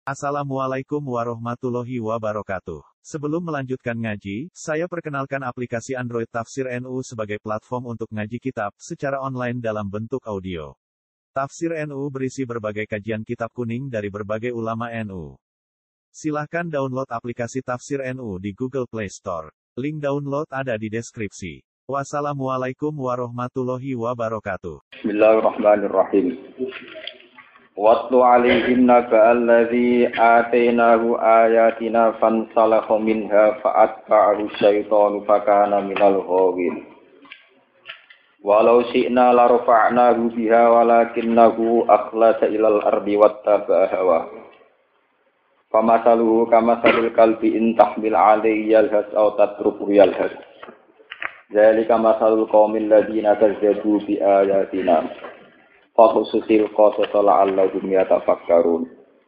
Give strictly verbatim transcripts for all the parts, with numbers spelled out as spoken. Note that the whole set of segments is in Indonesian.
Assalamualaikum warahmatullahi wabarakatuh. Sebelum melanjutkan ngaji, saya perkenalkan aplikasi Android Tafsir N U sebagai platform untuk ngaji kitab secara online dalam bentuk audio. Tafsir N U berisi berbagai kajian kitab kuning dari berbagai ulama N U. Silahkan download aplikasi Tafsir N U di Google Play Store. Link download ada di deskripsi. Wassalamualaikum warahmatullahi wabarakatuh. Bismillahirrahmanirrahim. Watlu alaihim naba'alladzi atainahu ayatina fansalakha minha fa'atba'ahu syaitanu fakana minal ghawin. Walau syi'na la rafa'nahu biha walakinnahu akhlada ilal ardi wattaba'a hawa. Famasaluhu kamasalil kalbi in tahmil alaihi yalhas aw tatruku yalhas. Dzalika masalul qaumil ladzina kazzabu bi ayatina. Fakhususil qasasa la'allahum yatafakkarun.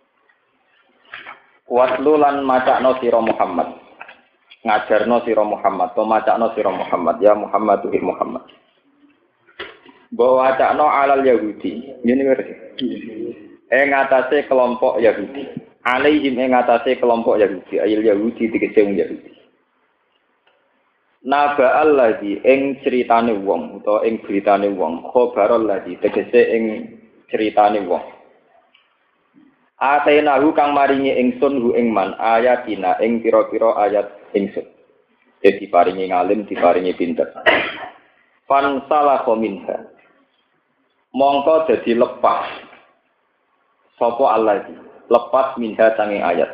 Watlu lan macakno sira Muhammad. Ngajarno sira Muhammad, to macakno sira Muhammad, ya Muhammad tuhir Muhammad. Bahwa macakno alal Yahudi. Ngene ngerti. Ing atase kelompok Yahudi. Alaihim ing atase kelompok Yahudi, ayil Yahudi dikece wong Yahudi. Naba allazi ing critane wong utawa ing beritane wong khobarul ladzi tegese ing critane wong atenahu kang maringi ingsun hu ing man ayatina ing pira-pira ayat ingsun dadi paringi ngalim diparingi pinter fan salakha minha mongko dadi lepas sapa allazi lepas minha sanging ayat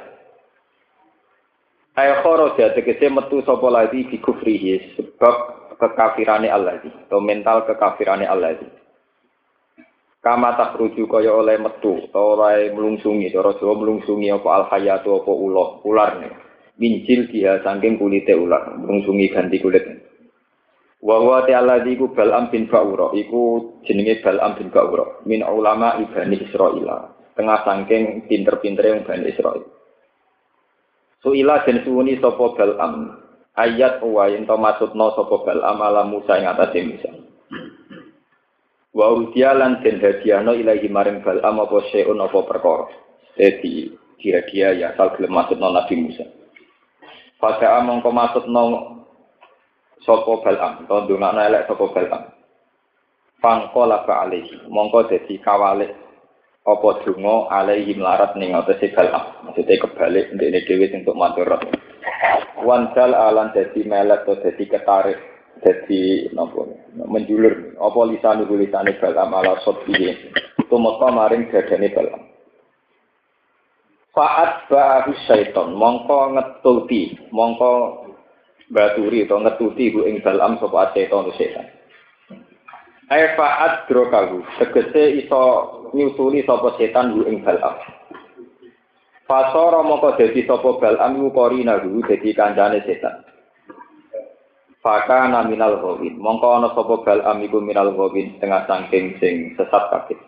ay kharaja tegese metu sapa lagi di kufrihi sebab kekafirane Allah iki atau mental kekafirane Allah iki kama takhruju kaya oleh metu utawa oleh mlungsungi cara Jawa mlungsungi apa al hayatu apa ulah ularne minjil dia saking kulite ular mlungsungi ganti kulit wa wa ta'ala iku Bal'am bin Ba'ura iku jenenge Bal'am bin Ba'ura min ulama Bani Israil tengah saking pinter-pintere Bani Israil. Suila den suwuni sapa Bal'am ayat wa yen to maksudna sapa Bal'am ala Musa ing atase Musa. Wa udiya lan den hadiahno ilahi maring Bal'am apa seun apa perkara. Dadi dia-dia ya asal gelem maksudna Nabi Musa. Pada mongko maksudna sapa Bal'am to ndongakno elek sapa Bal'am. Fangqala fa alaihi mongko dadi kawalik apa donga alaihi melarat ning atase Bal'am maksude kebalik ndekne dhewe untuk matur wansal alan dadi melek to dadi ketarik dadi napa menjulur apa lisan lisane Bal'am ala sotbiye tumeka maring dadane Bal'am fa'at ba'ahu syaiton mongko ngetuti mongko baturi to ngetuti ku ing Bal'am sapa syaiton setan ay fa'at drokahu tegese iso nyusuli sapa setan hu ing Bal'am. Fasara moko dadi sapa Bal'am iku korina hu dadi kancane setan. Fakana minal ghawin. Mongko ana sapa Bal'am iku minal ghawin setengah saking sing sesat kabeh.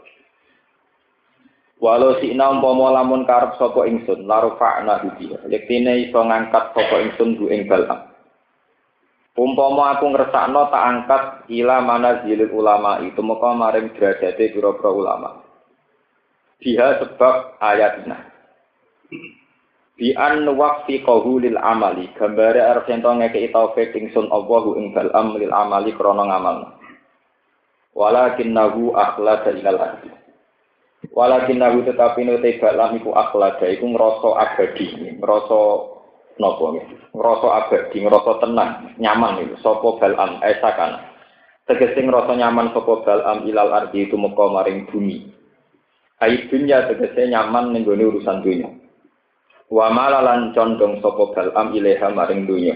Walau sina umpama lamun karep sapa ingsun larufa'na bihi. Yektine iso ngangkat sapa ingsun hu ing Bal'am. Umpama aku ngresakno tak angkat ila manazilul ulama itu maka maring derajate pira-pira ulama. Dia sebab ayatnya. Bi an waqfi qahulil amali gambare arep ento ngekeki taufik ingsun Allahu ing Bal'am lil amali krana ngamal. Walakinnahu akhlada ilal ardi. Walakinnahu tetapi nute Bal'am iku akhlada iku ngrasa abadi, ngrasa napa nggih? Ngrasa abadi, ngrasa tenang, nyaman iki sapa Bal'am esakan. Tegese ngrasa nyaman sapa Bal'am ilal ardi itu meka maring bumi. Ai dunya tegese nyaman ning gone urusan dunya. Wa malalan condong sapa Bal'am ilaha maring dunya.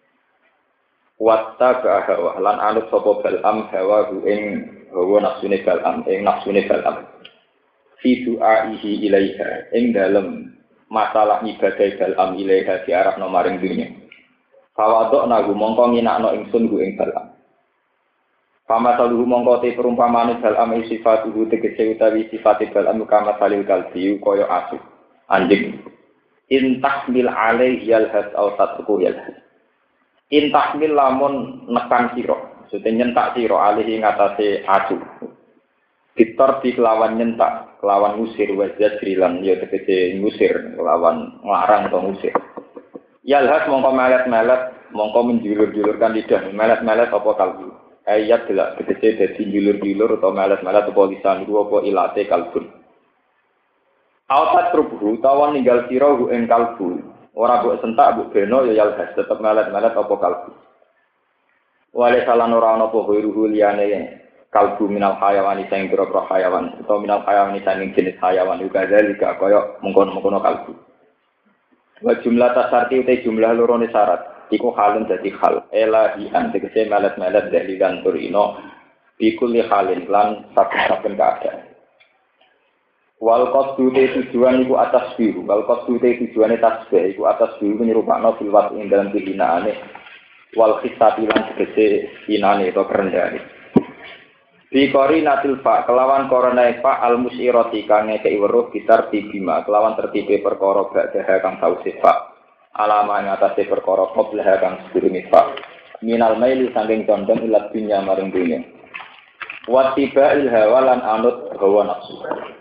Watta hawa lan anut sapa Bal'am hawa ing hawa nafsune Bal'am ing nafsune Bal'am. Fi du'aihi ilaiha ing dalem masalah ibadah Bal'am ilaiha diarahno maring dunya. Fawadokna gu mongko nginakno ingsun gu ing Bal'am. Pamasaluhu mongko te perumpamane Bal'am sifatuhu tegese utawi sifate Bal'am kama salil kalbi kaya asu anjing intahmil alaihi yalhas aw tatruku yalhas intahmil lamun nekan sira maksudnya nyentak sira alaihi ngatasé asu Ditor di kelawan nyentak, kelawan ngusir wajah jrilan ya tegese ngusir, kelawan nglarang atau ngusir. Yalhas mongko melet-melet, mongko menjulur-julurkan lidah, melet-melet apa kalbu. Ayat delak tegese dadi njulur-julur atau melet-melet apa lisan iku apa ilate kalbun. Autat rubuh utawa ninggal sira hu ing kalbu. Ora mbok sentak mbok beno ya yalhas tetep melet-melet apa kalbu. Wale salan ora ana apa ruhu liyane kalbu minal hayawan sing pira-pira hayawan utawa minal hayawan sing jenis hayawan juga dalika kaya mengkono-mengkono kalbu. Wa jumlah tasarti utai jumlah lorone syarat iku halun dadi hal elahian tegese melet-melet dari kantor ino bikuli halin lan saben-saben keadaan. Wal qasdu te tujuan iku atas biru, wal qasdu te tujuane tasbih iku atas biru nyerupakno filwat ing dalam pihinaane wal khisati lan tegese hinane atau kerendane. Bikori natil fa kelawan korona fa al musiroti kang ngekei weruh gitar tibima kelawan tertibe perkara badha kang sause fa alama ing atase perkara qablah kang sedurunge fa minal maili saking condong ilat dunya maring dunya wa tibail hawa lan anut hawa nafsu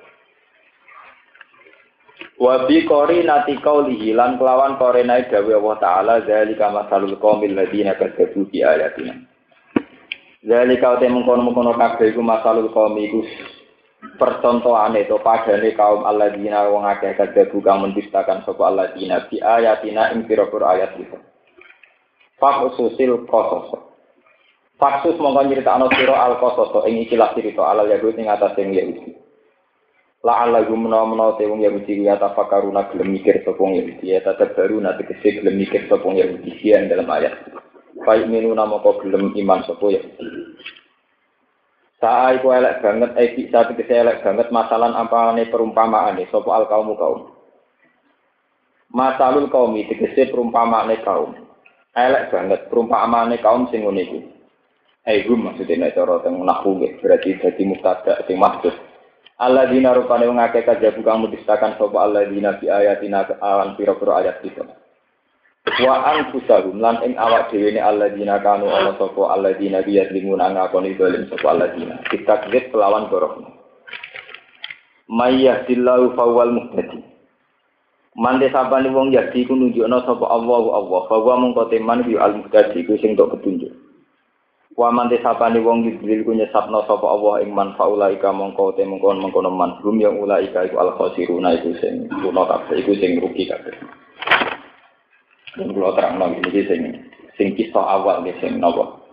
wa bikori nati qaulihi lan kelawan korenae dawuh Allah taala zalika masalul qaumil ladina kadzabu bi ayatina. Jadi kau temu kono-kono kabeh iku masalul kaum iku percontohane to padane kaum alladzina wong akeh kadhebu kang mendustakan sapa alladzina bi ayatina ing pira-pira ayat itu. Fakhususil qasas. Faksus mongko nyritakno sira al-qasas ing ikilah cerita alal yahud ing atas sing Yahudi. La allahu menawa-menawa te wong Yahudi ya tafakaruna gelem mikir sapa wong Yahudi ya tadabbaru nate kese gelem mikir sapa wong Yahudi sian dalam ayat. Baik minu nama kau gelem iman sopo ya. Saat aku elek banget, eh saat itu saya elek banget masalah apa nih perumpamaan nih sopo al kaum kaum. Masalul kaum itu kese perumpamaan kaum. Elek banget perumpamaan kaum sing ngono iku. Eh gum maksudnya nek cara teng nahwu berarti dadi mubtada sing maksud. Alladzina rupane wong akeh kajabu kang mendustakan sapa alladzina bi ayatina awan pira-pira ayat kita. Wa anfusahum lan ing awak dhewe ne alladzina kanu ana sapa alladzina biyadlimuna ngakoni dolim sapa alladzina ditakzib kelawan borok mayyahdillahu fawwal muhtadi mande sabane wong yadi ku nunjukna sapa Allah Allah bahwa mongko teman yu al muhtadi ku sing tok petunjuk wa mande sabane wong yudlil ku nyesapna sapa Allah ing man faulaika mongko te mongkon-mongkon man rum yang ulaika iku al khasiruna iku sing kuno kabeh iku sing rugi kabeh. Dan kalau terang lagi ini sing sing kisah awal nih sing nopo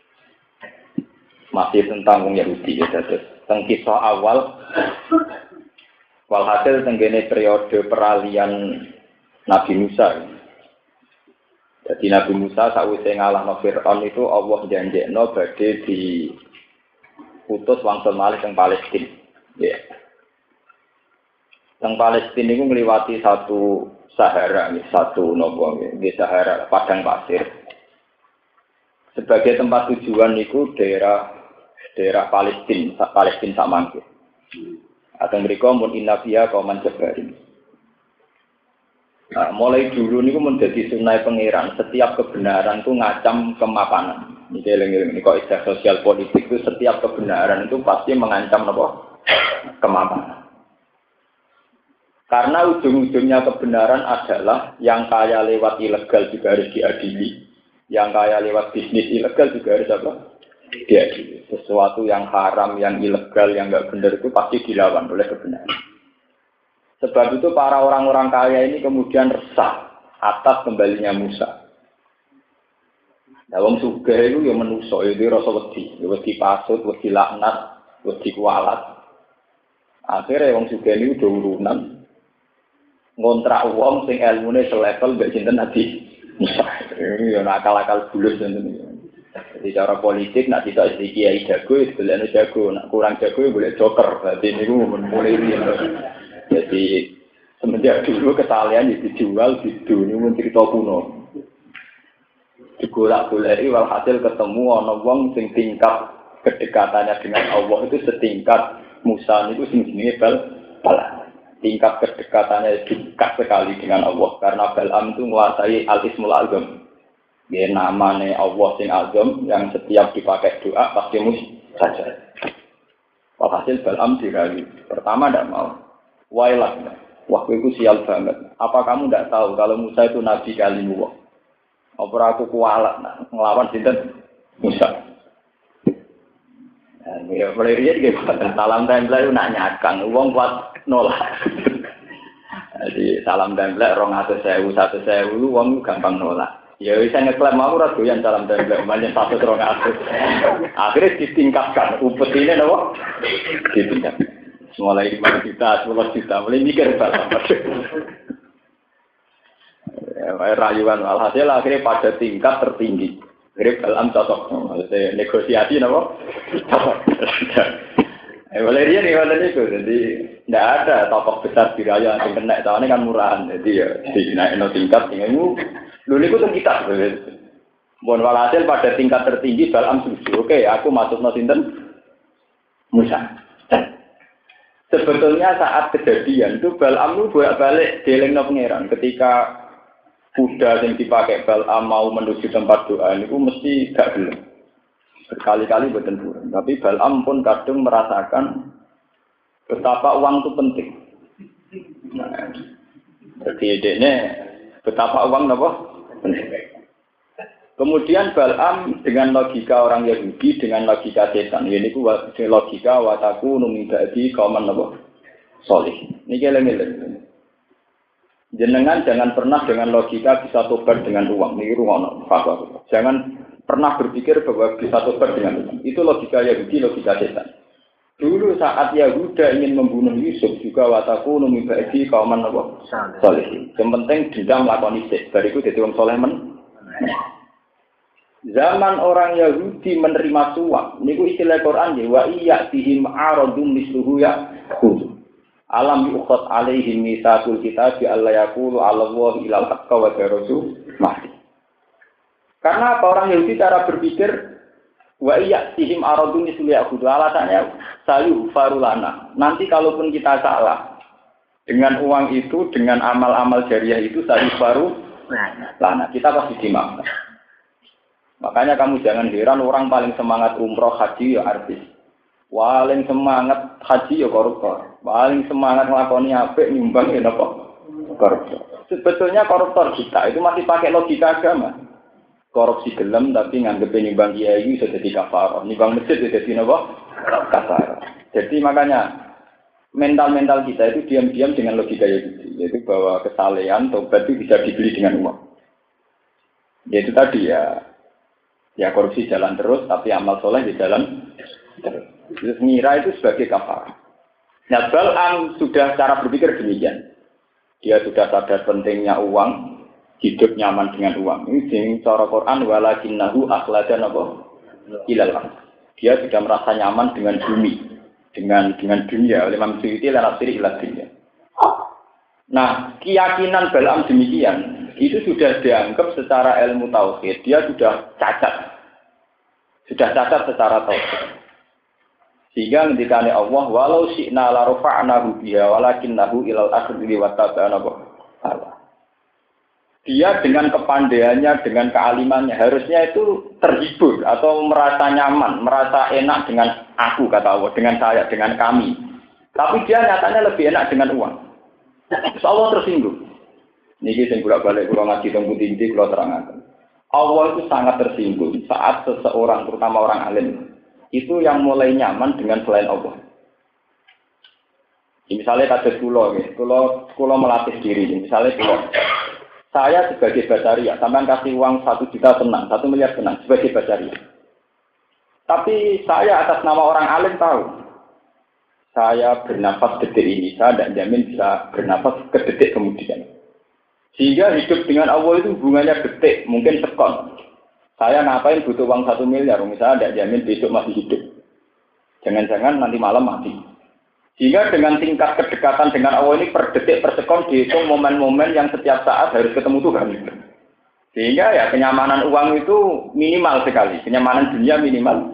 masih tentang wong Yahudi ya terus tentang kisah awal walhasil tenggene periode peralihan Nabi Musa. Jadi Nabi Musa sakwise ngalahno Firaun itu Allah janjekno badhe diutus wangsul malih teng Palestina. Ya. Teng Palestina niku ngliwati satu Sahara, satu nopo, di Sahara padang pasir. Sebagai tempat tujuan itu daerah daerah Palestina, Palestina sak mangke. Atau mereka mun inna fiha qauman jabbarin. Nah, mulai dulu niku menjadi sunai pangeran, setiap kebenaran itu ngacam kemapanan. Ini eling-eling ini kok istilah sosial politik itu setiap kebenaran itu pasti mengancam nopo kemapanan. Karena ujung-ujungnya kebenaran adalah yang kaya lewat ilegal juga harus diadili. Yang kaya lewat bisnis ilegal juga harus apa? Diadili. Sesuatu yang haram, yang ilegal, yang enggak benar itu pasti dilawan oleh kebenaran. Sebab itu para orang-orang kaya ini kemudian resah atas kembalinya Musa. Nah, wong sugih itu ya menungso, itu rasa wedi, wedi pasut, wedi laknat, wedi kualat. Akhirnya wong sugih ini udah urunan. Ngontrak wong sing ilmune selevel mbek sinten Nabi Musa. Ini yo akal-akal bulus ngoten. Jadi cara politik nek tidak iki kiai jago itu boleh jago, nek kurang jago boleh joker. Dadi niku mulai riyen. Jadi semenjak dulu kesalahan dijual gitu niku cerita kuno. Digolak-goleki walhasil ketemu ana wong sing tingkat kedekatannya dengan Allah itu setingkat Musa niku sing jenenge Balaam. Tingkat kedekatannya dekat sekali dengan Allah karena Balaam itu menguasai al-ismul azam. Ya namanya Allah sing azam yang setiap dipakai doa pasti mustajab. Walhasil Bal'am dirayu. Pertama tidak mau. Wailah. Wah, itu sial banget. Apa kamu tidak tahu kalau Musa itu nabi kalimu? Apa aku kualat nah, ngelawan sinten Musa. Nah, ya pelirian gitu. Salam tempel itu nak nyakang. Uang kuat nolak. Jadi salam tempel rong atau sewu satu sewu uang gampang nolak. Ya bisa ngeklaim mau ora doyan salam tempel banyak satu rong atau. Akhirnya ditingkatkan. Upet ini nopo? Ditingkatkan. Mulai lima juta, sepuluh juta, mulai mikir salam. Ya, rayuan alhasil akhirnya pada tingkat tertinggi. Akhirnya Bal'am cocok. Maksudnya negosiasi nopo? Eh, Valeria nih mana itu, jadi tidak ada tokoh besar di raya yang kena, soalnya kan murahan, jadi ya dinaik no tingkat, tinggalmu, lu ini kutung kita, bon walhasil pada tingkat tertinggi Bal'am setuju, oke, aku masuk no sinten Musa. Sebetulnya saat kejadian itu Bal'am lu bolak balik deleng no pangeran, ketika kuda yang dipakai Bal'am mau menuju tempat doa itu mesti gak gelem. Berkali-kali bertempur. Tapi Bal'am pun kadang merasakan betapa uang itu penting. Nah, jadi ini betapa uang apa? Penting. Kemudian Bal'am dengan logika orang Yahudi, dengan logika setan. Ini ku logika wataku numibadi kauman apa? Solih. Ini keleng-keleng. Jenengan jangan pernah dengan logika bisa tobat dengan uang. Ini ruang fakta. Jangan pernah berpikir bahwa bisa tobat dengan uang. Itu logika Yahudi, logika setan. Dulu saat Yahuda ingin membunuh Yusuf juga wataku numibadi kauman apa? Solih. Yang penting dendam lakoni sik. Bariku jadi orang soleh men. Zaman orang Yahudi menerima suap. Niku istilah Quran ya wa iya bihim aradum misluhu ya. Alam yuqat alaihim mitsaqul kitab alla yaqulu 'ala Allahi ilal haqqa wa rasul mahdi. Karena apa orang Yahudi cara berpikir wa iya bihim aradum misluhu ya. Alasannya sayu farulana. Nanti kalaupun kita salah dengan uang itu, dengan amal-amal jariah itu sayu faru lana, kita pasti dimaafkan. Makanya kamu jangan heran orang paling semangat umroh haji ya artis. Paling semangat haji ya koruptor. Paling semangat ngelakoni apik nyumbang ya apa? Koruptor. Sebetulnya koruptor kita itu masih pakai logika agama. Korupsi gelem tapi nganggep nyumbang kiai sudah jadi kafarah. Nyumbang masjid sudah jadi apa? Kafarah. Jadi makanya mental-mental kita itu diam-diam dengan logika Yahudi, yaitu bahwa kesalehan tobat itu bisa dibeli dengan uang. Yaitu tadi ya, ya korupsi jalan terus, tapi amal soleh di jalan terus. Terus ngira itu sebagai kafarah. Nah, Bal'am sudah cara berpikir demikian. Dia sudah sadar pentingnya uang, hidup nyaman dengan uang. Ini dengan cara Quran walakinnahu akhladan apa? Ilal. Dia sudah merasa nyaman dengan bumi. dengan dengan dunia oleh Imam Suyuti lan asiri ila dunia. Nah, keyakinan Bal'am demikian itu sudah dianggap secara ilmu tauhid, dia sudah cacat. Sudah cacat secara tauhid. Sehingga ketika Allah walau syi'na la rafa'nahu biha walakinnahu ilal akhiri wa tabana Allah. Dia dengan kepandaiannya, dengan kealimannya, harusnya itu terhibur atau merasa nyaman, merasa enak dengan aku, kata Allah, dengan saya, dengan kami. Tapi dia nyatanya lebih enak dengan uang. Terus Allah tersinggung. Niki sing bolak-balik kula ngaji teng Putih kula terangkan. Allah itu sangat tersinggung saat seseorang, terutama orang alim, itu yang mulai nyaman dengan selain Allah. Misalnya kados kula nggih, kula kula melatih diri, misalnya kula saya sebagai basaria, sampean kasih uang satu juta senang, satu miliar senang sebagai basaria. Tapi saya atas nama orang alim tahu, saya bernafas detik ini, saya tidak jamin bisa bernafas ke detik kemudian. Sehingga hidup dengan Allah itu hubungannya detik, mungkin sekon. Saya ngapain butuh uang satu miliar, misalnya tidak jamin besok masih hidup. Jangan-jangan nanti malam mati. Sehingga dengan tingkat kedekatan dengan Allah ini per detik per sekon dihitung momen-momen yang setiap saat harus ketemu Tuhan. Sehingga ya kenyamanan uang itu minimal sekali, kenyamanan dunia minimal.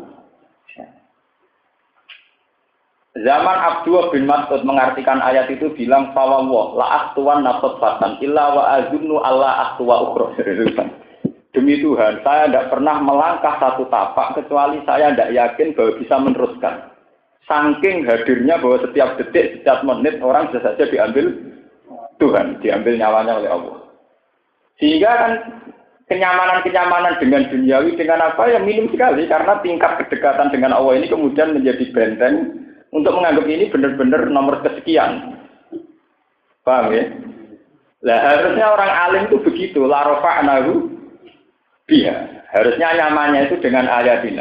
Zaman Abdullah bin Mas'ud mengartikan ayat itu bilang fawwah la ahtuwan nafsatan illa wa azunnu alla ahtuwa ukhra. Demi Tuhan, saya tidak pernah melangkah satu tapak kecuali saya tidak yakin bahwa bisa meneruskan. Saking hadirnya bahwa setiap detik, setiap menit orang bisa saja diambil Tuhan, diambil nyawanya oleh Allah. Sehingga kan kenyamanan-kenyamanan dengan duniawi, dengan apa yang minim sekali, karena tingkat kedekatan dengan Allah ini kemudian menjadi benteng untuk menganggap ini benar-benar nomor kesekian. Paham ya? Lah harusnya orang alim itu begitu, la rafa'nahu biha. Harusnya nyamannya itu dengan ayatina.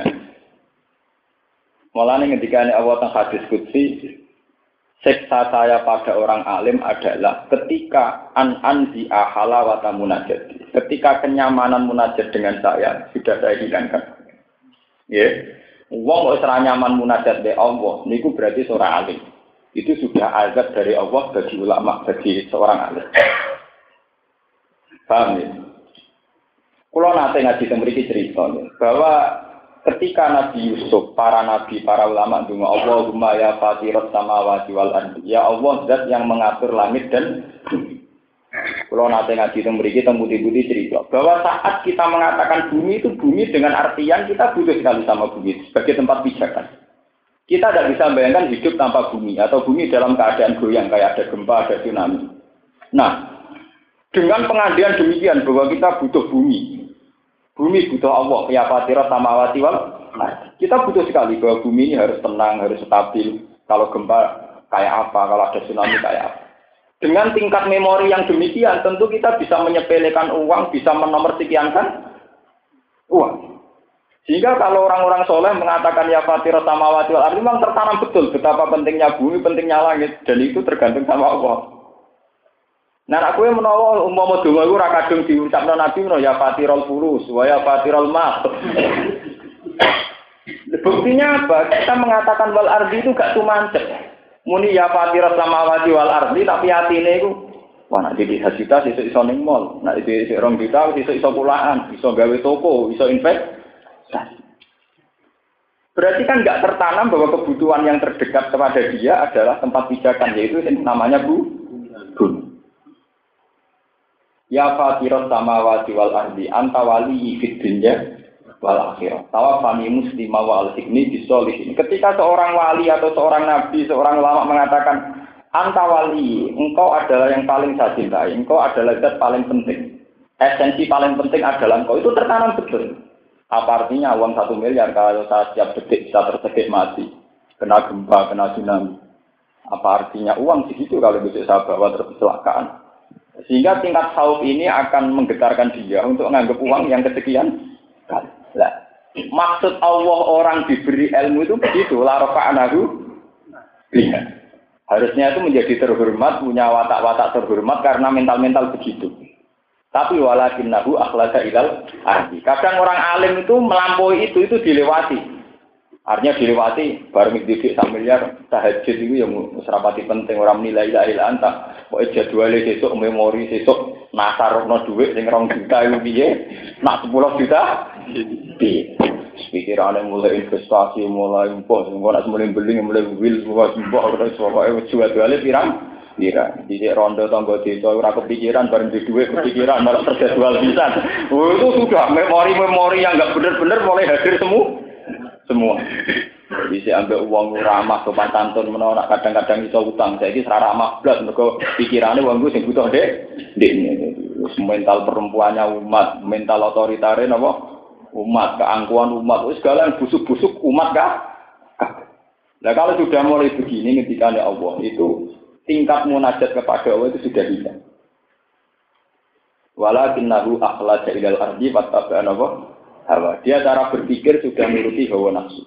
Mulane ketika Allah teng hadis qudsi, siksa saya pada orang alim adalah ketika an anzi ahalawata munajat. Ketika kenyamanan munajat dengan saya sudah saya hilangkan. Ya. Wong kok ora nyaman munajat be Allah, niku berarti seorang alim. Itu sudah azab dari Allah bagi ulama, bagi seorang alim. Paham ya? Kalau nanti ngaji tembriki cerita bahwa ketika Nabi Yusuf, para nabi, para ulama dunga Allahumma ya fatirat samawati wal ardi, ya Allah zat yang mengatur langit dan bumi. Kalau nanti ngaji tembriki tembuti-buti cerita bahwa saat kita mengatakan bumi itu bumi dengan artian kita butuh sekali sama bumi sebagai tempat pijakan. Kita tidak bisa bayangkan hidup tanpa bumi atau bumi dalam keadaan goyang kayak ada gempa, ada tsunami. Nah, dengan pengandian demikian bahwa kita butuh bumi. Bumi butuh Allah, ya fatirat samawati wal ardi. Kita butuh sekali bahwa bumi ini harus tenang, harus stabil. Kalau gempa kayak apa, kalau ada tsunami kayak apa. Dengan tingkat memori yang demikian, tentu kita bisa menyepelekan uang, bisa menomorsekiankan uang. Sehingga kalau orang-orang soleh mengatakan ya fatirat samawati wal ardi, memang tertanam betul betapa pentingnya bumi, pentingnya langit, dan itu tergantung sama Allah. Nah, aku yang menawa umpama donga iku ora kadung diucapno Nabi menawa ya fatirul furus wa ya fatirul mas. Buktinya apa? Kita mengatakan wal ardi itu gak tumancep. Muni ya fatirus samawati wal ardi tapi atine iku wah nek di hasita iso iso ning mall, nek di rong juta iso iso pulaan, iso gawe toko, iso investasi. Berarti kan nggak tertanam bahwa kebutuhan yang terdekat kepada dia adalah tempat pijakan, yaitu namanya bu, bumi. Ya fatirat samawati wal ardi anta wali fid dunya wal akhirah. Tawaffani muslima wa alhiqni bisolihin. Ketika seorang wali atau seorang nabi, seorang ulama mengatakan anta wali, engkau adalah yang paling saya cintai, engkau adalah zat paling penting. Esensi paling penting adalah engkau, itu tertanam betul. Apa artinya uang satu miliar kalau saya setiap detik bisa tersedek mati, kena gempa, kena tsunami? Apa artinya uang segitu kalau besok saya bawa terkecelakaan? Sehingga tingkat khauf ini akan menggetarkan dia untuk menganggap uang yang kesekian kali. Nah, maksud Allah orang diberi ilmu itu begitu, la rafa'nahu biha. Harusnya itu menjadi terhormat, punya watak-watak terhormat karena mental-mental begitu. Tapi walakinnahu akhlaka ilal ardi. Kadang orang alim itu melampaui itu, itu dilewati. Artinya dilewati, baru mikir sak miliar, tahajud itu yang serapati penting, orang menilai la ilaha anta. Pokoknya jadwalnya besok, memori besok, nasarokno duit, yang rong juta itu biye, nak sepuluh juta, biye. Pikirannya mulai investasi, mulai impor, semua nak mulai beli, mulai wil, semua semua, pokoknya jadwalnya pirang, pirang. Jadi ronde tangga desa, orang kepikiran, bareng di duit kepikiran, malah terjadwal bisa. Oh, itu sudah memori-memori yang nggak benar-benar mulai hadir semua. Semua bisa ambil uang ramah sopan santun menolak kadang-kadang iso utang saya ini serah ramah belas mereka pikirannya uang gue yang butuh deh deh mental perempuannya umat mental otoritarin apa umat keangkuhan umat segala yang busuk-busuk umat kah nah kalau sudah mulai begini ketika ada Allah itu tingkat munajat kepada Allah itu sudah hilang walakinnahu akhlaja ilal ardi wattaba'an apa hawa. Dia cara berpikir sudah menuruti hawa nafsu.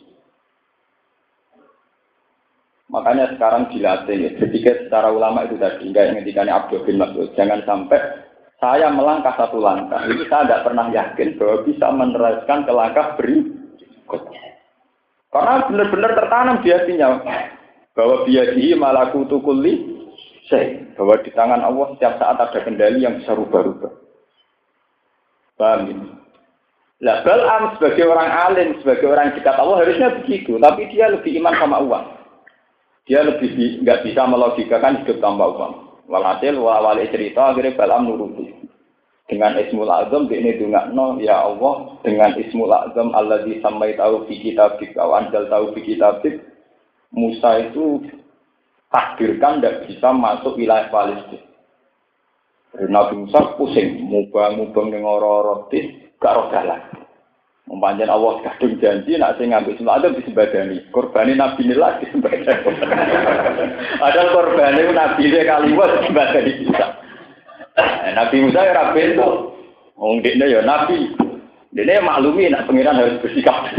Makanya sekarang dilatih ya, berpikir secara ulama itu tadi, enggak yang ngendikannya Abdul bin Mas'ud. Jangan sampai saya melangkah satu langkah, itu saya tidak pernah yakin bahwa bisa meneruskan ke langkah berikutnya. Karena benar-benar tertanam di hatinya bahwa biadihi malakutu kulli syai, bahwa di tangan Allah setiap saat ada kendali yang bisa rubah-rubah. Paham ini? Lah Bal'am sebagai orang alim, sebagai orang dekat Allah harusnya begitu, tapi dia lebih iman sama uang. Dia lebih enggak bisa melogikakan hidup tanpa uang. Walhasil wali cerita akhirnya Bal'am nuruti. Dengan Ismul Azam ini dungakno ya Allah dengan Ismul Azam alladzi samaitahu fi kitabik wa anzaltahu fi kitabik Musa itu takdirkan tidak bisa masuk wilayah Palestina. Nabi Musa pusing, mubang-mubang ning ora-ora tis gak ro dalan. Mempanjen Allah kadung janji nak sing ngambil semua ada disembadani. Korbane Nabi nilai disembadani. Padahal korbane Nabi dia kaliwat disembadani bisa. Nabi Musa ya ra bento. Wong dekne ya Nabi. Dekne maklumi nak pengiran harus bersikap.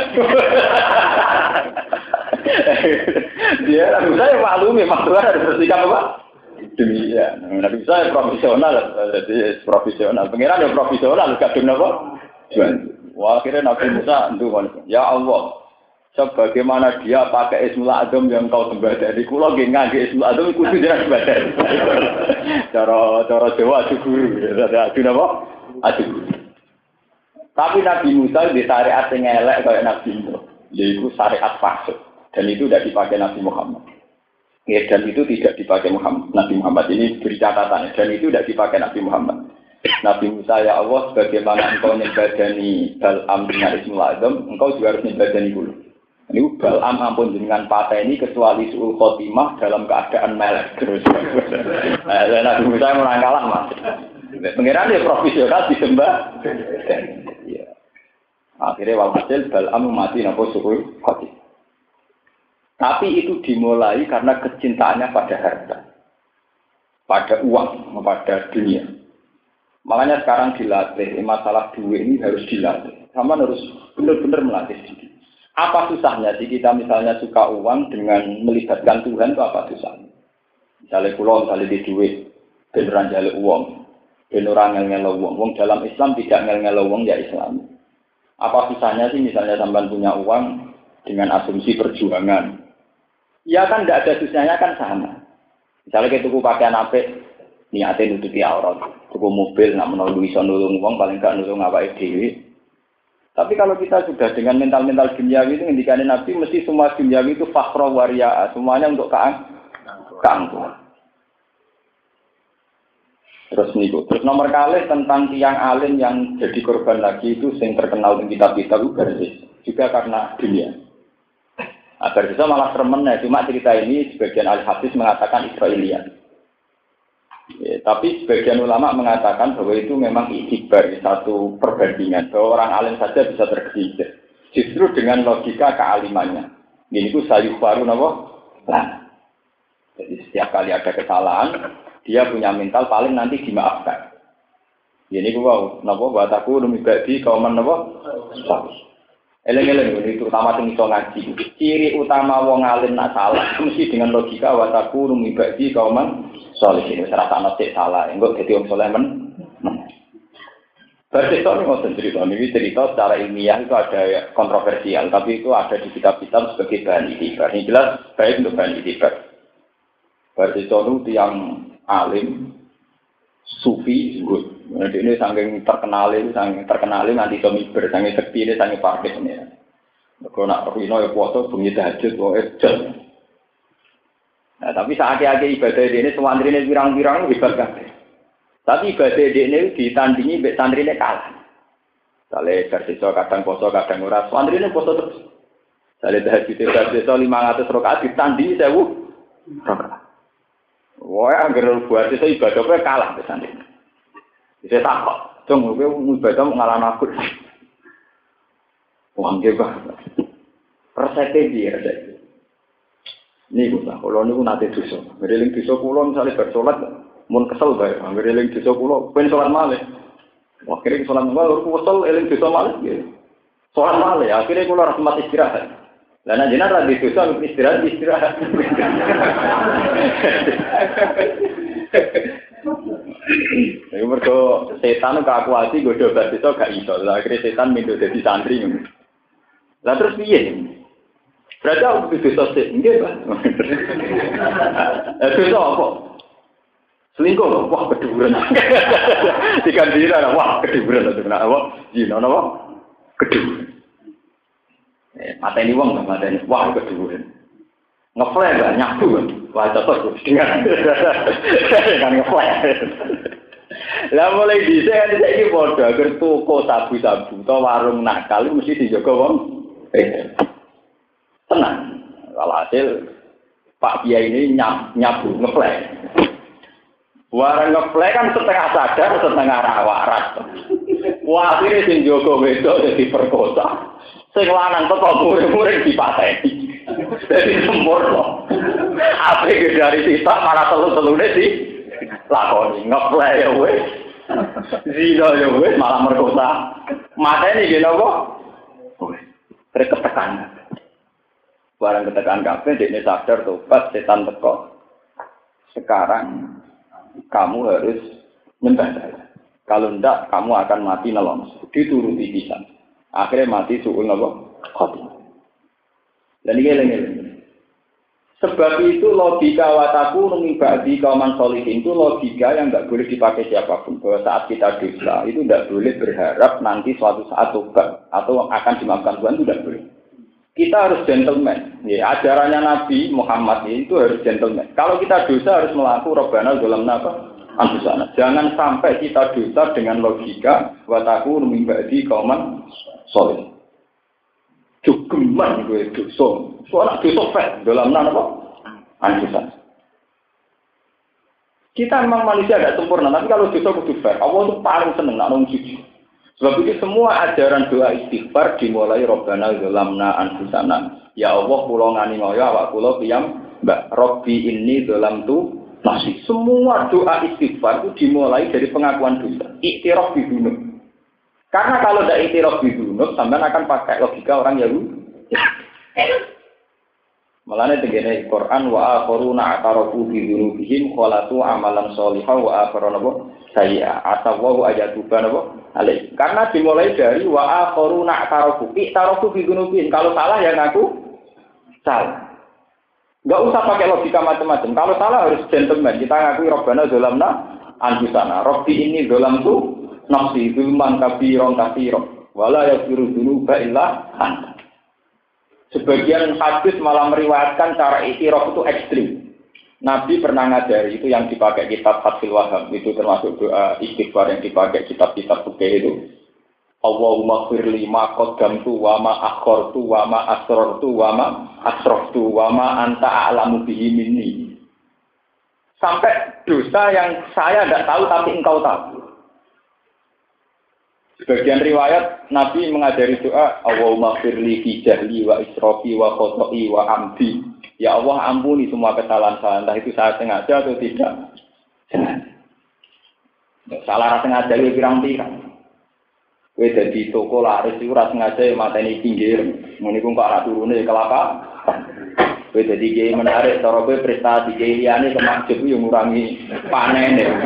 Dia Nabi Musa ya maklumi maklumat harus bersikap apa? Demikian. Nabi Musa ya profesional, jadi profesional. Pengiran ya profesional, kadung apa? Wah, akhirnya Nabi Musa itu ya Allah, sebagaimana dia pakai Ismul Azam yang kau sembah dari kulo ngangge Ismul Azam iku kudu jeneng sembah. Cara cara Jawa adu guru, adu napa? Adu guru. Tapi Nabi Musa di syariat sing elek kaya Nabi Musa, yaitu syariat fasik dan itu tidak dipakai Nabi Muhammad. Ya, dan itu tidak dipakai Muhammad. Nabi Muhammad ini beri catatan dan itu tidak dipakai Nabi Muhammad. Nabi Musa ya Allah, bagaimana engkau nyembadani Bal'am dengan Ismul Azam, engkau juga harus nyembadani dulu. Ini Bal'am ampun dengan patah ini kecuali su'ul khotimah dalam keadaan melek terus. Nah, Nabi Musa merangkalah mas. Pengiran dia profesional disembah. Ya. Akhirnya walhasil Bal'am mati napa su'ul khotimah. Tapi itu dimulai karena kecintaannya pada harta, pada uang, pada dunia. Makanya sekarang dilatih, masalah duit ini harus dilatih. Sama harus benar-benar melatih diri. Apa susahnya sih kita misalnya suka uang dengan melibatkan Tuhan itu apa susahnya? Misalnya pulau, misalnya di duit, beneran jaluk uang, beneran ngel-ngel uang. Uang dalam Islam tidak ngel-ngel uang ya Islam. Apa susahnya sih misalnya sampean punya uang dengan asumsi perjuangan? Ya kan tidak ada susahnya kan sama. Misalnya kita tuku pakaian apik, niatnya nutupi aurat. Tuku mobil, nak menolong bisa nulung uang, paling gak nulung awake dhewe. Tapi kalau kita sudah dengan mental-mental duniawi itu, ngendikane Nabi, mesti semua duniawi itu fakhra waria, semuanya untuk keangkuhan. Terus niku. Terus nomor kali tentang tiang alim yang jadi korban lagi itu yang terkenal di kitab-kitab itu Barsis. Juga karena dunia. Nah, Barsis malah sermen ya. Cuma cerita ini sebagian al-hadis mengatakan Israelian. Ya, tapi sebagian ulama mengatakan bahwa itu memang iktibar, satu perbandingan bahwa orang alim saja bisa tergelincir justru dengan logika kealimannya. Ini itu sayuh baru napa? Lah. Jadi setiap kali ada kesalahan, dia punya mental paling nanti dimaafkan. Ini gua napa buat aku numibadi kauman napa? Eleng-eleng ini terutama sing iso ngaji. Ciri utama wong alim nak salah mesti dengan logika wa taku numibadi kauman saleh. Wis ora ana sik salah, engko dadi wong saleh men. Berarti itu ngoten cerita ini cerita secara ilmiah itu ada kontroversial, tapi itu ada di kitab-kitab sebagai bahan itibar. Ini jelas baik untuk bahan itibar. Berarti itu yang alim sufi good. Jadi ini saking terkenal ini, saking terkenal ini nanti somiber, saking sekti ini, saking parkir ini. Kalau nak rino ya puasa bunyi tahajud, oh ejel. Nah tapi saat-saat ibadah ini semua santri ini pirang-pirang hebat kan. Tapi ibadah ini ditandingi, santri ini kalah. Misalnya bersisa kadang puasa, kadang ora, santri ini puasa terus. Misalnya tahajud bersisa lima ratus rakaat ditandingi sewu rakaat. Wah, agar buat itu ibadahnya kalah di sana. Saya takut, cuma gue ibadah mengalami aku. Wah, gimana? Resepnya dia resep. Ini gue tak, kalau ini gue nanti dosa. Ngeriling dosa pulau misalnya bersolat, mau kesel baik. Ngeriling dosa pulau, pengen sholat malam. Wah, kira sholat malam, aku kesel, eling dosa malam. Sholat malam, akhirnya gue harus mati istirahat. Dan aja nanti dosa istirahat istirahat. Jadi mereka setan keakuasi gue coba itu gak iso. Akhirnya setan minta jadi santri. Lah terus piye? Berarti aku dosa sih, enggak Pak. Eh dosa apa? Selingkuh loh, wah keduburan. Diganti lah, wah keduburan lah sebenarnya. Apa? Zina apa? Keduburan. Eh, mata ini wong nggak mata ini, wah kedudukan, ngeflare nggak nyabu kan, wah cocok dengan kan ngeflare. Lah mulai di sini ada ini bodoh, agar toko sabu-sabu atau warung nakal mesti dijaga wong. Eh, tenang, kalau Walhasil Pak Kiai ini nyab, nyabu ngeplay. Warang ngeplay kan setengah sadar, setengah waras. Wah, akhirnya sing Joko wedok jadi perkosa. Sing lanang teko murid-murid dipateni. Jadi sempurna. Apa dari sisa malah telu-telune sih lakoni ngeplay ya wis. Zina ya wis malah merkosa. Mateni gene apa? Wis. Terus ketekan. Barang ketekan kabeh dekne sadar tobat setan teko. Sekarang kamu harus nyembah saya. Kalau ndak kamu akan mati nelong. Dituruti pisan. Akhirnya mati suul napa? Khotimah. Dan ini lagi-lagi. Sebab itu logika wataku numibadi kauman solihin itu logika yang nggak boleh dipakai siapapun. Bahwa saat kita dosa itu tidak boleh berharap nanti suatu saat tobat atau akan dimaafkan Tuhan, itu tidak boleh. Kita harus gentleman. Ya, ajarannya Nabi Muhammad itu harus gentleman. Kalau kita dosa harus melakukan Rabbana dalam apa? Anfusana. Jangan sampai kita dosa dengan logika wataku numibadi kauman solihin. Jogeman gue dosa. Soalnya dosa fat dalam apa? Anjusan. Kita memang manusia tidak sempurna, tapi kalau dosa kudu fair. Allah itu paling seneng nak nong jujur. Sebab itu semua ajaran doa istighfar dimulai Rabbana zalamna anfusana. Ya Allah kula ngani ngoyo awak kula piyam mbak Robbi inni zalamtu nafsi. Semua doa istighfar itu dimulai dari pengakuan dosa. Iktiraf bidunub. Karena kalau tidak iktiraf bidunub, sampean akan pakai logika orang Yahudi. Malane tegene Quran wa akharuna atarafu bi dzunubihim khalatu amalan sholihan wa akharuna sayya atawu ayatuban apa alai. Karena dimulai dari wa akharuna atarafu itarafu bi dzunubihim. Kalau salah ya ngaku salah. Enggak usah pakai logika macam-macam. Kalau salah harus gentleman. Kita ngakui Rabbana zalamna anfusana. Rabbi inni zalamtu nafsi zulman kabiran katsiran wala yaghfiru dzunuba illa anta. Sebagian hadis malah meriwayatkan cara iktiraf itu ekstrim. Nabi pernah ngajari itu yang dipakai kitab Fathul Wahhab, itu termasuk doa istighfar yang dipakai kitab-kitab fikih itu. Allahumma firli ma qaddamtu wa ma akhartu wa ma asrartu wa ma asraftu wa ma anta a'lamu bihi minni. Sampai dosa yang saya tidak tahu tapi engkau tahu. Sebagian riwayat Nabi mengajari doa Allahumma firli fi jahli wa israfi wa khoto'i wa amdi. Ya Allah ampuni semua kesalahan saya, entah itu saya sengaja atau tidak. Salah sengaja itu pirang-pirang. Kowe dadi toko laris iku ora sengaja mateni pinggir. Mun iku kok ora turune kelapa. Kowe dadi kiai menarik cara kowe prestasi kiai liyane kemakjub yo ngurangi panen ya.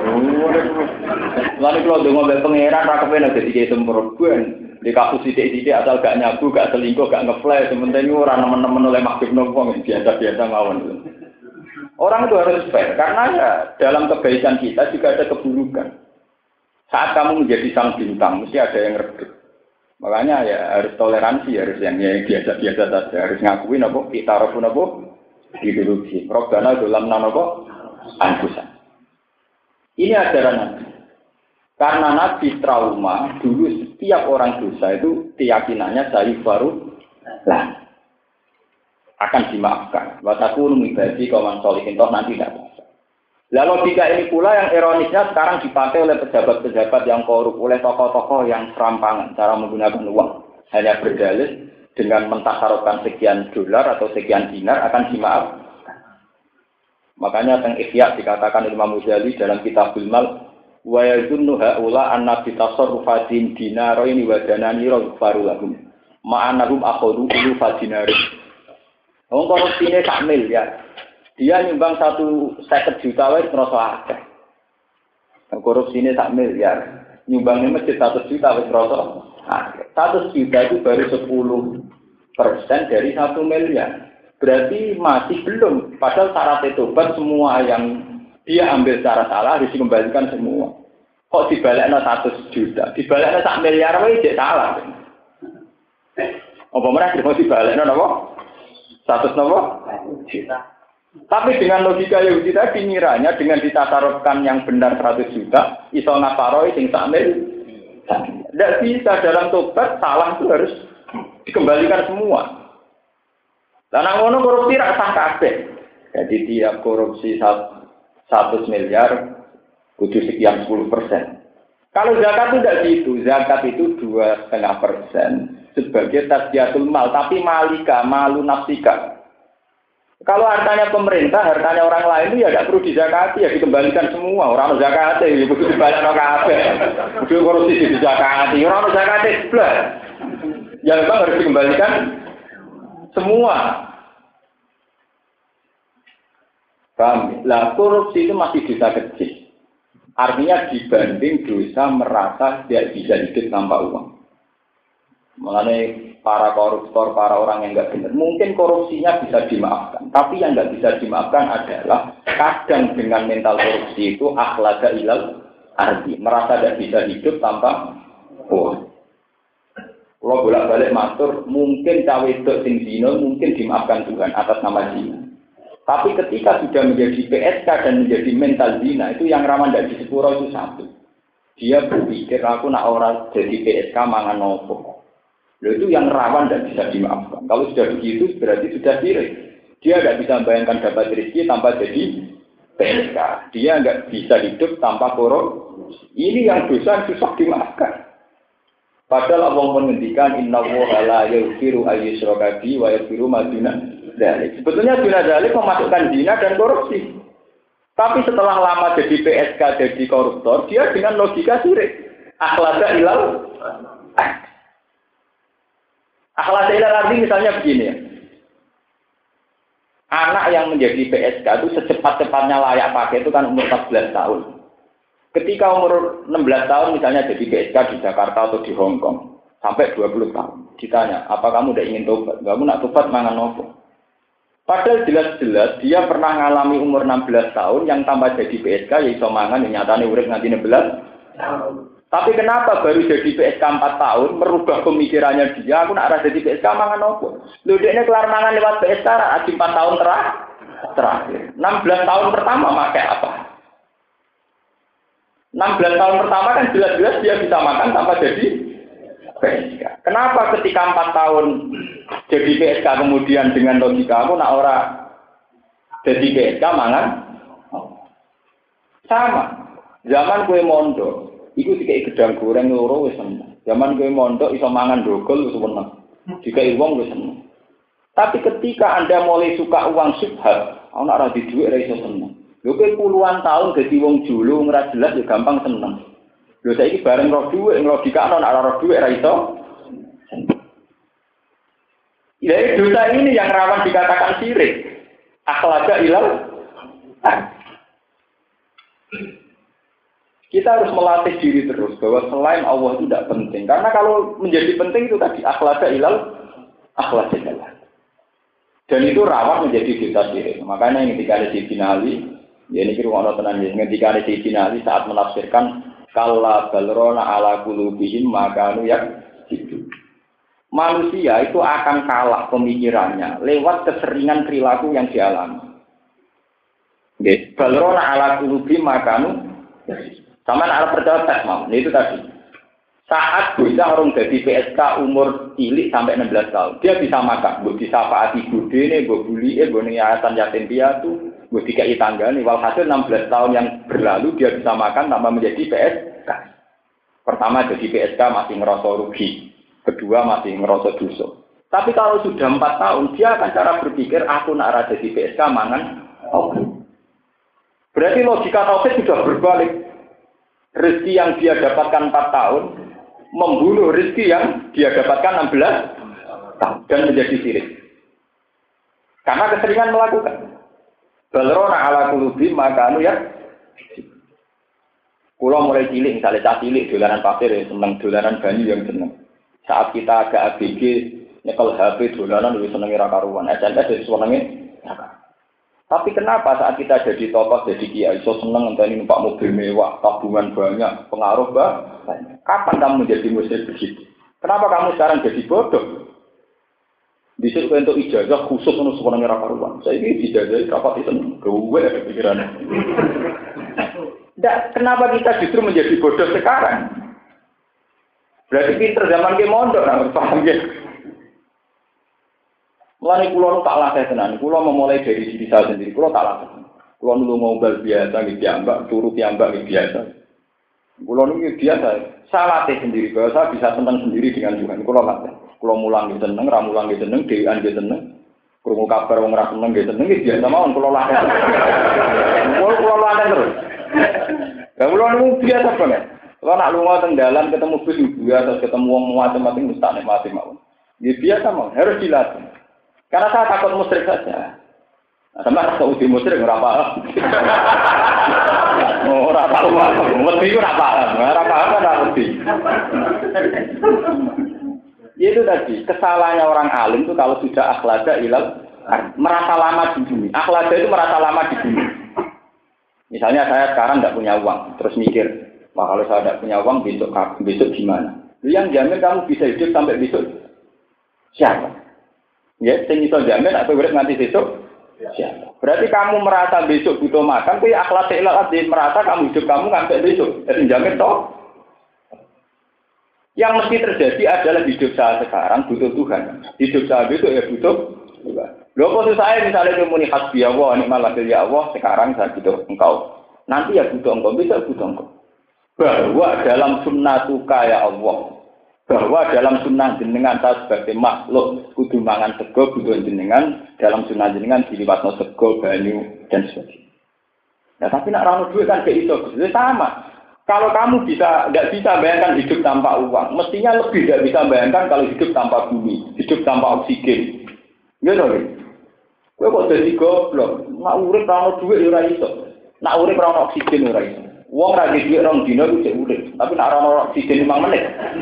Lalu kalau dongo mbek pangeran ra kepen dadi kiai sempurna. Di kasus sithik-sithik asal gak nyabu, gak selingkuh, gak nge-flash, sementing ora nemen-nemen oleh makjub nopo biasa-biasa mawon. Orang itu harus fair karena ya dalam kebaikan kita juga ada keburukan. Saat kamu menjadi sang bintang, mesti ada yang redup. Makanya ya harus toleransi, harus yang ya, biasa-biasa saja, harus ngakuin apa kita rapun apa ideologi. Robbana dalam nama apa anfusan. Ini ajaran Nabi. Karena Nabi trauma dulu setiap orang dosa itu keyakinannya dari baru lah akan dimaafkan. Watakun mibadi kawan solihin toh nanti tidak bisa. Lalu logika ini pula yang ironisnya sekarang dipakai oleh pejabat-pejabat yang korup, oleh tokoh-tokoh yang serampangan cara menggunakan uang. Hanya berdalih dengan mentasarufkan sekian dolar atau sekian dinar akan dimaafkan. Makanya teng Ihya dikatakan Imam Ghazali dalam Kitabul Mal wa yazunnu haula anna bi tasarrufatin dinaraini wa dananira faru lahum ma'anahum akhadhu ulu fadinari. Wong korupsine sak miliar. Dia nyumbang satu seket juta wae terasa akeh. Korupsine sak miliar. Nyumbangnya masjid satu juta wis terasa akeh. satu juta itu baru sepuluh persen dari satu miliar. Berarti masih belum. Padahal syarat tobat semua yang dia ambil secara salah harus dikembalikan semua. Kok dibalekno seratus juta? Dibalekno sak miliar wae jek salah. Apa meneh mau dibalekno napa? seratus napa? Juta. Tapi dengan logika Yahudi tadi ngiranya dengan ditasarufkan yang benar seratus juta, iso ngaparoi sing sak mil. Tidak bisa dalam tobat salah itu harus dikembalikan semua. Lah nang ngono korupsi ra sah kabeh. Jadi tiap korupsi seratus miliar kudu sekian sepuluh persen. Kalau zakat itu tidak gitu, zakat itu dua koma lima persen sebagai tasdiatul mal, tapi malika, malu nafsika. Kalau hartanya pemerintah, hartanya orang lain itu ya tidak perlu dizakati, ya dikembalikan semua. Orang zakati, ya perlu dibalik kabeh. Kudu korupsi dizakati, orang zakati sebelah. Ya memang harus dikembalikan semua. Paham? Lah korupsi itu masih dosa kecil. Artinya dibanding dosa merasa tidak bisa hidup tanpa uang. Makanya para koruptor, para orang yang nggak benar, mungkin korupsinya bisa dimaafkan. Tapi yang nggak bisa dimaafkan adalah kadang dengan mental korupsi itu akhlaga ilal arti. Merasa tidak bisa hidup tanpa uang. Kalau bolak-balik matur, mungkin cawe itu sing zina mungkin dimaafkan Tuhan atas nama zina. Tapi ketika sudah menjadi P S K dan menjadi mental zina, itu yang rawan dari sepuro itu satu. Dia berpikir, aku nak orang jadi P S K mangan nopo. Lalu itu yang rawan dan bisa dimaafkan. Kalau sudah begitu, berarti sudah sirik. Dia tidak bisa membayangkan dapat rezeki tanpa jadi P S K. Dia nggak bisa hidup tanpa korupsi. Ini yang dosa susah dimaafkan. Padahal Allah menghentikan Inna Allaha la yaghfiru ayyushraka bihi wa yaghfiru ma duna dzalik. Sebetulnya duna dzalik memasukkan zina dan korupsi. Tapi setelah lama jadi P S K, jadi koruptor, dia dengan logika sirik. Akhlaka ilal Akhlaka ilal arti misalnya begini ya. Anak yang menjadi P S K itu secepat-cepatnya layak pakai itu kan umur empat belas tahun. Ketika umur enam belas tahun misalnya jadi P S K di Jakarta atau di Hong Kong sampai dua puluh tahun, ditanya, apa kamu udah ingin tobat? Kamu nak tobat mangan nopo? Padahal jelas-jelas dia pernah ngalami umur enam belas tahun yang tambah jadi P S K ya iso mangan yang nyatane urip nganti enam belas tahun. Tapi kenapa baru jadi P S K empat tahun merubah pemikirannya dia, aku nak jadi P S K mangan nopo? Lho dekne kelar mangan lewat P S K di empat tahun terakhir. Terakhir. enam belas tahun pertama pakai apa? enam belas tahun pertama kan jelas-jelas dia bisa makan tanpa jadi P S K. Kenapa ketika empat tahun jadi P S K kemudian dengan logika aku nak ora jadi P S K mangan? Sama. Zaman kue mondok, iku dikai gedang goreng loro wis seneng. Zaman kue mondok iso mangan dogol wis seneng. Dikai wong wis seneng. Tapi ketika Anda mulai suka uang subhat, ana ora di dhuwit ora iso seneng. Lho kowe puluhan tahun dadi wong julu ora jelas ya gampang seneng. Lho saiki bareng roh dhuwit logika ana ora roh dhuwit ora iso. Jadi dosa ini yang rawan dikatakan syirik. Akhlaga ilal. Kita harus melatih diri terus bahwa selain Allah itu tidak penting. Karena kalau menjadi penting itu tadi akhlaga ilal, akhlaga ilal. Dan itu rawan menjadi dosa syirik. Makanya yang ketika ada di finali, ya ini kira ono tenan ya, ketika ada di finali saat menafsirkan kalla balrona ala qulubihim makanu yak hidup. Manusia itu akan kalah pemikirannya lewat keseringan perilaku yang dialami. Nggih, balrona ala qulubihim makanu sama arep percaya tes mam. Itu tadi. Saat bocah orang jadi P S K umur cilik sampai enam belas tahun, dia bisa makan, mbok disapaati budene, mbok bulike, mbok ning yayasan yatim piatu, mbok dikai tanggane. Walhasil enam belas tahun yang berlalu dia bisa makan tanpa menjadi P S K. Pertama jadi P S K masih ngerasa rugi, kedua masih ngerasa dosa. Tapi kalau sudah empat tahun, dia akan cara berpikir aku nak ora jadi P S K mangan. Oh. Berarti logika tauhid sudah berbalik. Rezeki yang dia dapatkan empat tahun membunuh rezeki yang dia dapatkan enam belas tahun dan menjadi syirik. Karena keseringan melakukan. Balrona ala qulubi makanu ya. Kulo mulai cilik misalnya cah cilik dolanan pasir ya seneng, dolanan banyu yang seneng. Saat kita agak A B G nyekel H P dolanan lebih seneng ra karuan, S M S jadi senenge. Tapi kenapa saat kita jadi tokoh, jadi kiai, so seneng enteni numpak mobil mewah, tabungan banyak, pengaruh banyak. Kapan kamu menjadi musyrik begitu? Kenapa kamu sekarang jadi bodoh? Disuruh untuk ijazah khusus untuk seorang yang karuan. Saya ini ijazah dapat itu gue ada pikirannya. Tidak, kenapa kita justru menjadi bodoh sekarang? Berarti pinter zaman ke mondok, nggak paham ya? Mulane kula tak latih tenan. Kula memulai dari diri saya sendiri. Kula tak latih. Kula dulu ngobrol biasa nggih piyambak, turu piyambak nggih biasa. Kula niku biasa. Saya latih sendiri. Bahwa saya bisa tenang sendiri dengan Tuhan. Kula latih. Kula mulang nggih seneng, ra mulang nggih seneng, dhewean nggih seneng. Krungu kabar wong ra seneng nggih seneng nggih biasa mawon kula latih. Kula kula latih terus. Lah kula niku biasa banget. Kalau nak lunga teng dalan ketemu bus juga atau ketemu wong macam-macam mesti nikmati mawon. Ya biasa mawon, harus dilatih. Karena saya takut musyrik saja. Nah, sama rasa uji musyrik ora paham. Oh, ora paham. Mesti ora paham. Ora paham ora mesti. Ya itu tadi, kesalahannya orang alim itu kalau sudah akhlada ilal merasa lama di bumi. Akhlada itu merasa lama di bumi. Misalnya saya sekarang enggak punya uang, terus mikir, wah kalau saya tidak punya uang, besok besok gimana? Yang jamin kamu bisa hidup sampai besok siapa? Ya, yang bisa jamin atau urip nanti besok siapa? Berarti kamu merasa besok butuh makan, tapi akhlak ilal merasa kamu hidup kamu sampai besok. Jadi jamin toh. Yang mesti terjadi adalah hidup saya sekarang butuh Tuhan. Hidup saya besok ya butuh Tuhan. Loh kok saya misalnya muni hasbi Allah, nikmat lagi ya Allah, sekarang saya butuh engkau. Nanti ya butuh engkau, bisa butuh engkau. Bahwa dalam sunnatuka ya Allah, bahwa dalam sunnah jenengan saya sebagai makhluk kudu mangan sego kudu jenengan, dalam sunnah jenengan diliwatno sego banyu dan sebagainya. Nah tapi nak rano duit kan kayak itu, itu sama. Kalau kamu bisa nggak bisa bayangkan hidup tanpa uang, mestinya lebih nggak bisa bayangkan kalau hidup tanpa bumi, hidup tanpa oksigen. Gitu loh. Kowe kok dadi goblok, nak urip rano duit ya ora iso. Nak urip rano oksigen ya ora iso. Wong ra duwe rong dina ku cek urip, tapi nek ora ono oksigen lima menit.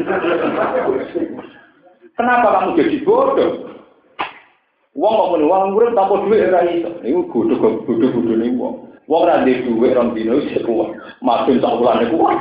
Kenapa kamu jadi bodoh? Wong kok muni wong urip tanpa duit ora iso. Iku bodoh-bodoh-bodone wong. Wong ra duwe rong dina cek kuat. Makin sak wulane kuat.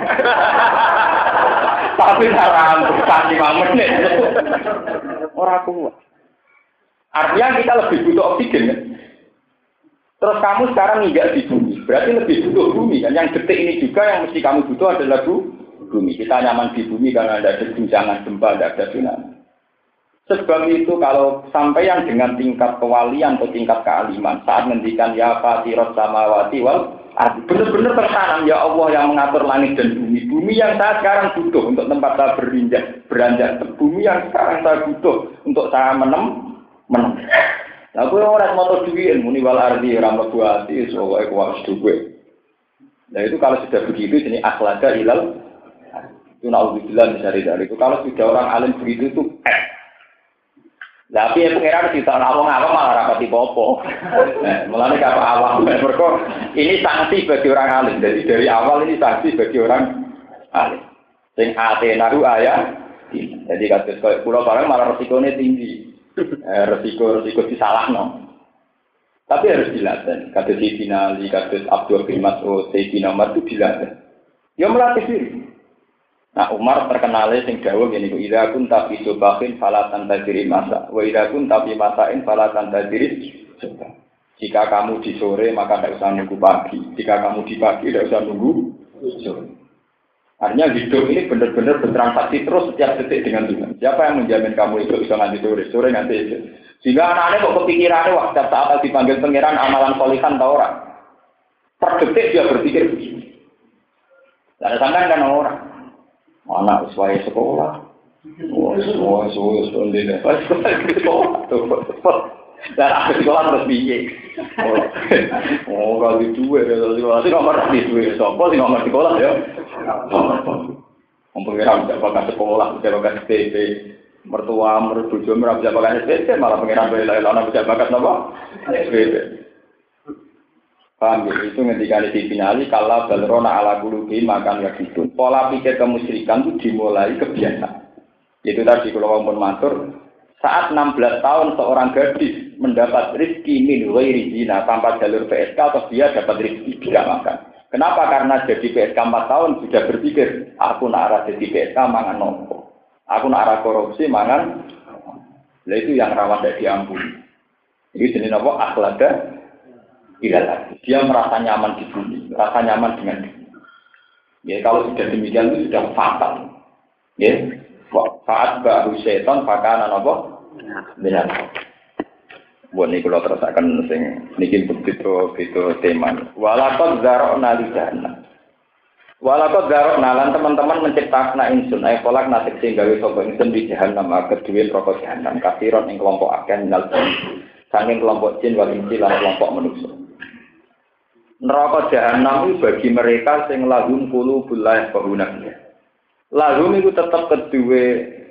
Tapi ora ampuh lima menit. Ora kuat. Artinya kita lebih butuh oksigen kan? Terus kamu sekarang nggak di bumi, berarti lebih butuh bumi kan? Yang detik ini juga yang mesti kamu butuh adalah bumi. Kita nyaman di bumi karena tidak ada guncangan gempa, tidak ada tsunami. Sebab itu kalau sampai yang dengan tingkat kewalian atau tingkat kealiman saat menghentikan ya Fatirot samawati wal ardi, benar-benar tertanam ya Allah yang mengatur langit dan bumi. Bumi yang saya sekarang butuh untuk tempat saya berinjak, beranjak. Bumi yang sekarang saya butuh untuk saya menem. Menang. Lah kowe ora moto duwien muni wal ardi ora mlebu ati sokoe kuwas duwe. Nah itu kalau sudah begitu jenis akhlada ilal itu naudzubillah dari dari itu kalau sudah orang alim begitu itu eh. Lah piye pengiran kita awang-awang malah rapati popo. Nah, mulane kata awang mergo ini sanksi bagi orang alim. Jadi dari awal ini sanksi bagi orang alim. Sing ate naru ayat. Jadi kados koyo kula bareng malah resikone tinggi. Eh, resiko-resiko disalahno. Tapi harus dilatih. Kata Sayyidina Ali, kata Abdul bin Mas'ud, Sayyidina Umar itu dilatih. Ya melatih diri. Nah Umar terkenalnya sing dawuh ngene iku, "Idza kunta fi subahin fala tantaziri masa, wa idza kunta fi masain fala tantaziri subah." Jika kamu di sore maka tidak usah nunggu pagi. Jika kamu di pagi tidak usah nunggu sore. Artinya hidup ini benar-benar bertransaksi terus setiap detik dengan Tuhan. Siapa yang menjamin kamu itu bisa nanti sore, sore nanti itu. Sehingga anak-anak kok kepikirannya waktu saat dipanggil pangeran amalan solihan atau orang. Per detik dia berpikir begini. Tidak ada kan orang. Anak sesuai sekolah. Oh, semua sesuai sekolah. Dan aku sekolah terus biye. Oh, kalau di dua, kalau di sekolah, nomor di dua, sopo sih nomor sekolah ya. Pengiran bisa pakai sekolah, bisa pakai S P P, mertua, mertuju, mertua bisa pakai S P P, malah pengiran bela-bela bisa pakai apa? S P P. Paham ya? Itu ketika di finali, kalau balrona ala gulubi makan ya gitu. Pola pikir kemusyrikan itu dimulai kebiasaan. Itu tadi kalau ngomong matur. Saat enam belas tahun seorang gadis mendapat rezeki min ghairi zina tanpa jalur P S K atau dia dapat rezeki tidak makan. Kenapa? Karena jadi P S K empat tahun sudah berpikir, aku nak arah jadi P S K mangan nopo. Aku nak arah korupsi mangan. Nah itu yang rawan tidak diampuni. Ini jenis apa? Akhlada ilal. Dia merasa nyaman di bumi, merasa nyaman dengan bumi. Ya kalau sudah demikian itu sudah fatal. Ya. Saat baru setan pakaian apa? Benar. Buat ini kalau terus akan sing niki begitu begitu tema. Walakot zarok nali jahannam. Walakot zarok nalan teman-teman menciptakan insun. Ayo kolak nasib sing gawe sopo insun di jahannam. Kedua rokok jahannam. Kasiron yang kelompok agen minal jin. Saking kelompok jin walinci lan kelompok manusia. Neraka jahannam itu bagi mereka sing lahum qulubul la yafqahuna. Lahum itu tetap kedua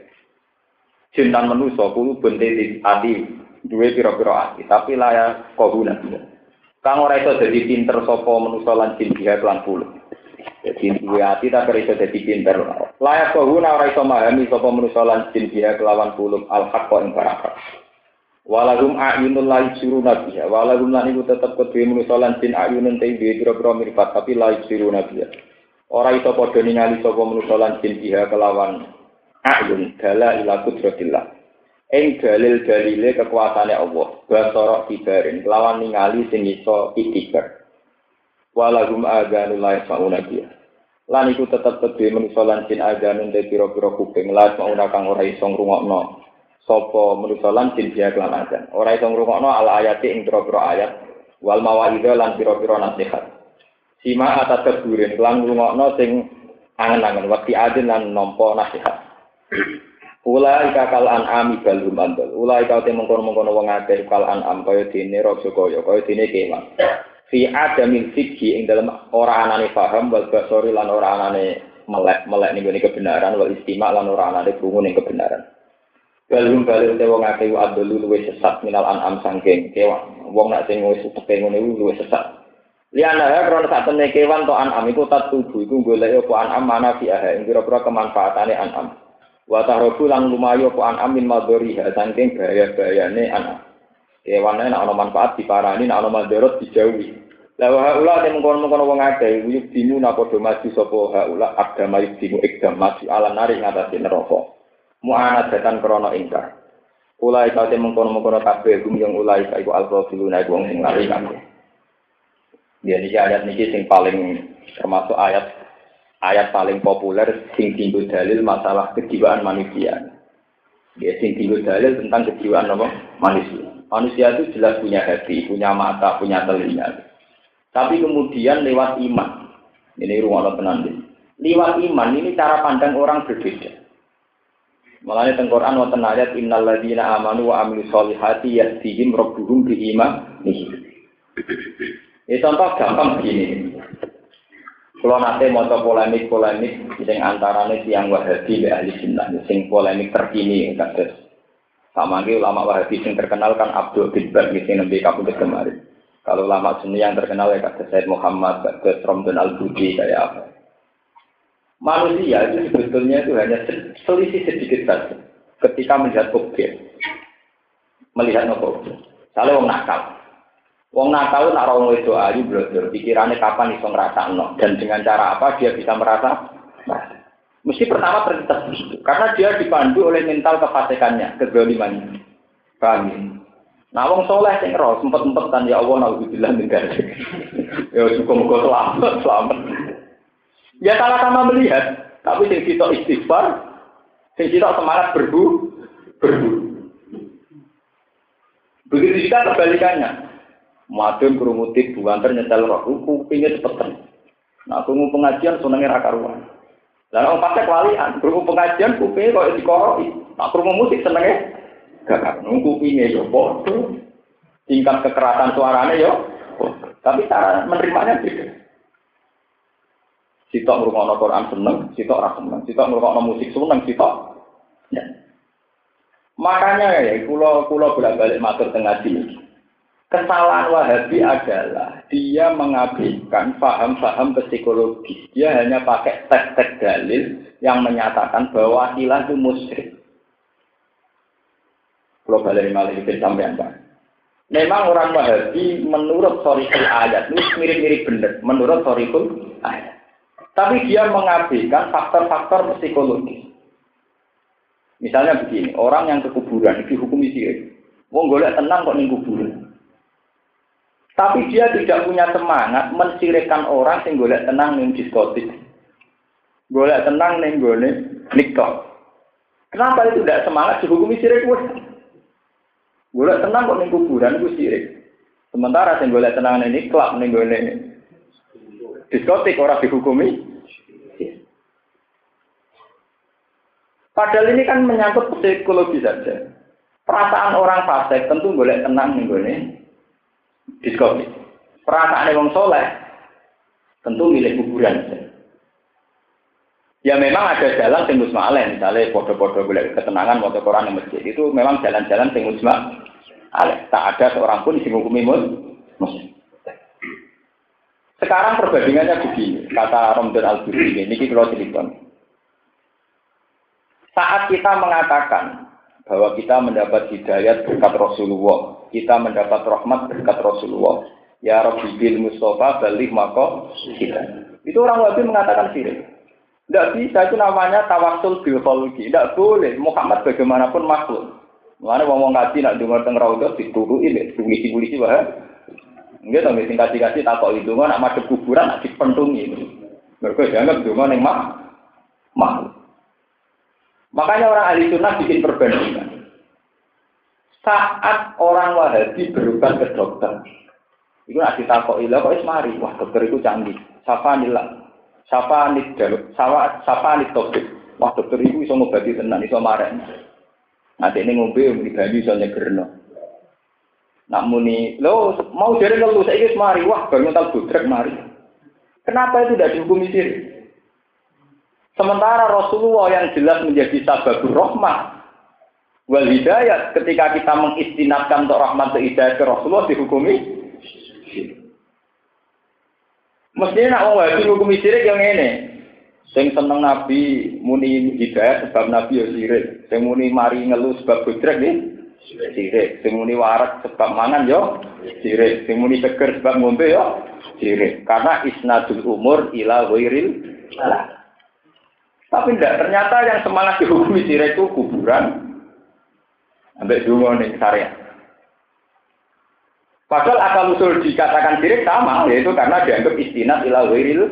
jin dan manusia qulubun titik ati. Duwe pira-pira ati, tapi layak kohuna. Kang ora iso dadi pinter sapa manusa lan jin dia lan puluh. Jadi duwe ati tak iso dadi pinter. Layak kohuna ora iso memahami sapa manusa lan jin dia kelawan puluh al-haqqa ing baraka. Walahum a'yunul la yusiruna biha. Walahum lan iku tetep kedue manusa lan jin a'yunun te duwe pira-pira mripat tapi la yusiruna biha. Ora iso padha ningali sapa manusa lan jin dia kelawan a'yun dala ila qudratillah. Ing dalil-dalile kekuasaane Allah, basara kibarin, kelawan ningali sing iso ikhtibar. Walahum aganul la yasmauna biha. Lan iku tetep kedhe manusa lan jin aganun te pira-pira kuping la yasmauna kang ora iso ngrungokno sapa manusa lan jin biha kelan azan. Ora iso ngrungokno ala ayati ing pira-pira ayat wal mawaidha lan pira-pira nasihat. Sima atas keburin kelan ngrungokno sing angen-angen wakti adil lan nampa nasihat. Ulai kakal an'ami balhum andal. Ulai kau te mengkono-mengkono wong akeh kal an'am kaya dene raja kaya kaya dene kewan. Fi adamil fikhi ing dalem ora anane paham wal basori lan ora anane melek-melek ning kebenaran wal istima lan ora anane krungu ning kebenaran. Balhum balhum te wong akeh andal luwih sesat minal an'am sangking kewan. Wong nak sing wis teke ngene iku luwih sesat. Liana ya krana satene kewan to an'am iku tatubu iku golek apa an'am mana fi aha ing pira-pira kemanfaatane an'am. Wa tahrobu lang lumayu apa an amin madhariha saking bahaya-bahayane anak. Kewane nek ana manfaat diparani nek ana madharat dijauhi. La wa haula te mengkono-mengkono wong akeh uyuh dimu napa do maju sapa haula agama dimu ikdam maju ala nari ngatasi neraka. Mu'anad datan krana ingkar. Ulai ka te mengkono-mengkono kabeh gum yang ulai ka iku al-ghafiluna iku wong sing lali kabeh. Dia iki ayat niki sing paling termasuk ayat ayat paling populer sing tinggu dalil masalah kejiwaan manusia. Ya sing tinggu dalil tentang kejiwaan apa? Manusia. Manusia itu jelas punya hati, punya mata, punya telinga. Tapi kemudian lewat iman. Ini ruang tenan. Lewat iman ini cara pandang orang berbeda. Mulane teng Quran wonten ayat innal ladzina amanu wa amilus solihati yahdihim rabbuhum bi imanihim. Ini contoh gampang begini. Kalau nanti mau polemik-polemik sing antarane tiang Wahabi dan ahli sunnah, sing polemik terkini kados. Sama lagi ulama Wahabi sing terkenal kan Abdul Bidbar sing nembe kapundhut kemarin. Kalau ulama Sunni yang terkenal ya kados Said Muhammad, kados Romdon Al-Budi kayak apa. Manusia itu sebetulnya itu hanya selisih sedikit saja ketika melihat objek. Melihat objek. Kalau wong nakal. Wong nakal nak ora wedo ayu blodor, pikirannya kapan iso ngrasakno dan dengan cara apa dia bisa merasa? Nah, mesti pertama terlintas begitu, karena dia dipandu oleh mental kefasikannya, kezalimannya. Paham ya? Nah, wong soleh sing ro sempet-sempetan ya Allah naudzubillah min dzalik. Ya syukur-syukur selamat, selamat. Ya sama-sama melihat, tapi sing sitok istighfar, sing sitok semangat berbu, berbu. Begitu juga kebalikannya. Madun kerumutik buanter nyetel roh kupingnya cepetan. Nah, krungu pengajian senenge ra karuan. Lah wong pasek walian, krungu pengajian kupinge kok dikoroi. Nah, krungu musik senenge gak karuan kupinge yo padha. Tingkat kekerasan suaranya yo. Tapi cara menerimanya beda. Sitok ngrungokno Quran seneng, sitok ra seneng. Sitok ngrungokno musik seneng, sitok. Ya. Makanya ya kula kula bolak-balik matur teng ngaji. Kesalahan Wahabi adalah dia mengabaikan paham-paham psikologis. Dia hanya pakai teks-teks dalil yang menyatakan bahwa ilah itu musyrik. Kalau balik malah itu sampai apa? Memang orang Wahabi menurut sorikul ayat itu mirip-mirip benar. Menurut sorikul ayat. Tapi dia mengabaikan faktor-faktor psikologis. Misalnya begini, orang yang ke kuburan dihukumi sirik. Wong golek tenang kok ning kuburan. Tapi dia tidak punya semangat mensirikkan orang sing golek tenang ning diskotik. Golek tenang ning gone nikah. Kenapa itu tidak semangat dihukumi sirik? Golek tenang kok ning kuburan iku sirik. Sementara sing golek tenang ini klub ning gone diskotik ora dihukumi. Padahal ini kan menyangkut psikologi saja. Perasaan orang fasik tentu golek tenang ning gone diskotik. Perasaan wong soleh tentu milih kuburan. Ya memang ada jalan sing musma'aleh, misalnya podo-podo golek ketenangan moto Quran di masjid. Itu memang jalan-jalan sing musma'aleh. Tak ada seorang pun sing hukumi muslim. Sekarang perbandingannya begini, kata Romdon Al-Buri, ini kalau cerita. Saat kita mengatakan bahwa kita mendapat hidayat berkat Rasulullah, kita mendapat rahmat berkat Rasulullah, ya Rabbi bil Mustafa balik maka kita. Itu orang Wahabi mengatakan sirik. Tidak bisa, itu namanya tawassul bil khalqi. Tidak boleh. Muhammad bagaimanapun makhluk. Mulane wong-wong kaji nak dengar teng raudhah dituruki nek polisi-polisi wae. Nggih to sing kaji-kaji takok itu nak madhep kuburan nak dipentungi. Mergo dianggap donga ning mak makhluk. Makanya orang ahli sunnah bikin perbandingan. Saat orang Wahabi berobat ke dokter, itu nak ditakoki lha kok wis mari. Wah, dokter itu canggih. Safanillah. Sapa nik jaluk, sapa sapa nik topik. Wah dokter iku iso ngobati tenan, iso marek. Nanti ini ngombe di banyu iso nyegerno. Nak muni, lo mau jare ngelu saiki wis mari, wah banyu tal budrek mari. Kenapa itu tidak dihukumi sirik? Sementara Rasulullah yang jelas menjadi sababur rahmah wal hidayah ketika kita mengistinadkan untuk rahmat dan hidayah ke Rasulullah dihukumi sirik. Mestinya nak wong Wahabi hukum sirik yang ini. Sing seneng Nabi muni hidayah sebab Nabi ya sirik. Sing muni mari ngelu sebab budrek nih sirik. Sing muni warak sebab mangan yo sirik. Sing muni seger sebab ngombe yo sirik. Karena isnadul umur ila ghairil salah. Tapi tidak, ternyata yang semangat dihukumi sirik itu kuburan ambek donga ning syariat. Padahal akal usul dikatakan sirik sama, yaitu karena dianggap istinad ila ghairil.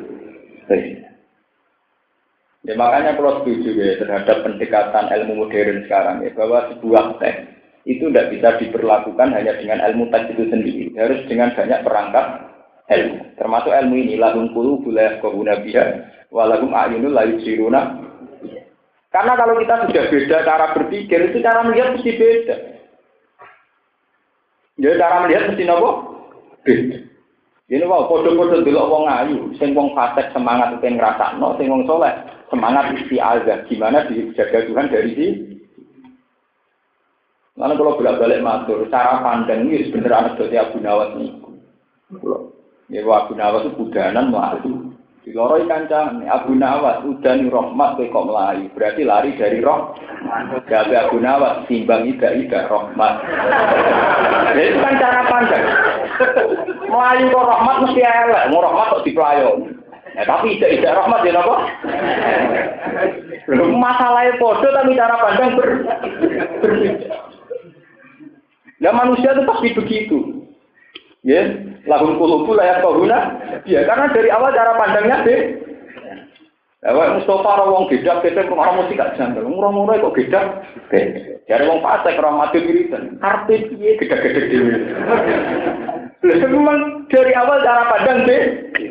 Ya makanya kalau setuju ya terhadap pendekatan ilmu modern sekarang ya bahwa sebuah teks itu tidak bisa diperlakukan hanya dengan ilmu teks itu sendiri, harus dengan banyak perangkat ilmu. Termasuk ilmu ini lahum qulubun la yafqahuna biha wa lahum a'yunun la yubsiruna. Karena kalau kita sudah beda cara berpikir, itu cara melihat mesti beda. Ya cara melihat mesti nopo? Beda. Ini wae padha-padha delok wong ayu, sing wong fasik semangat pengen ngrasakno, sing wong saleh semangat isti'adzah, gimana dijaga Tuhan dari si. Lalu kalau bolak-balik matur, cara pandang ini bener anak dari Abu Nawas niku. Ya Abu Nawas itu budanan melayu. Di loroi kancane Abu Nawas udani rahmat kok melayu, berarti lari dari roh. Gawe Abu Nawas timbang ida-ida rahmat. Jadi itu kan cara pandang. Melayu kok rahmat mesti elek, mau rahmat kok dipelayon. Ya, tapi ida-ida rahmat ya napa? Masalahnya podo tapi cara pandang ber berbeda. Nah manusia itu pasti begitu. Ya, lahum qulubun la yafqahuna. Ya, karena dari awal cara pandangnya deh. Ya, Mustafa wong gedak-gedak rumah mesti gak janggal. Murah-murah kok gedak. Dari wong fasik rahmat wiridan. Karepe piye gedak-gedak dhewe. Lha memang dari awal cara pandang deh.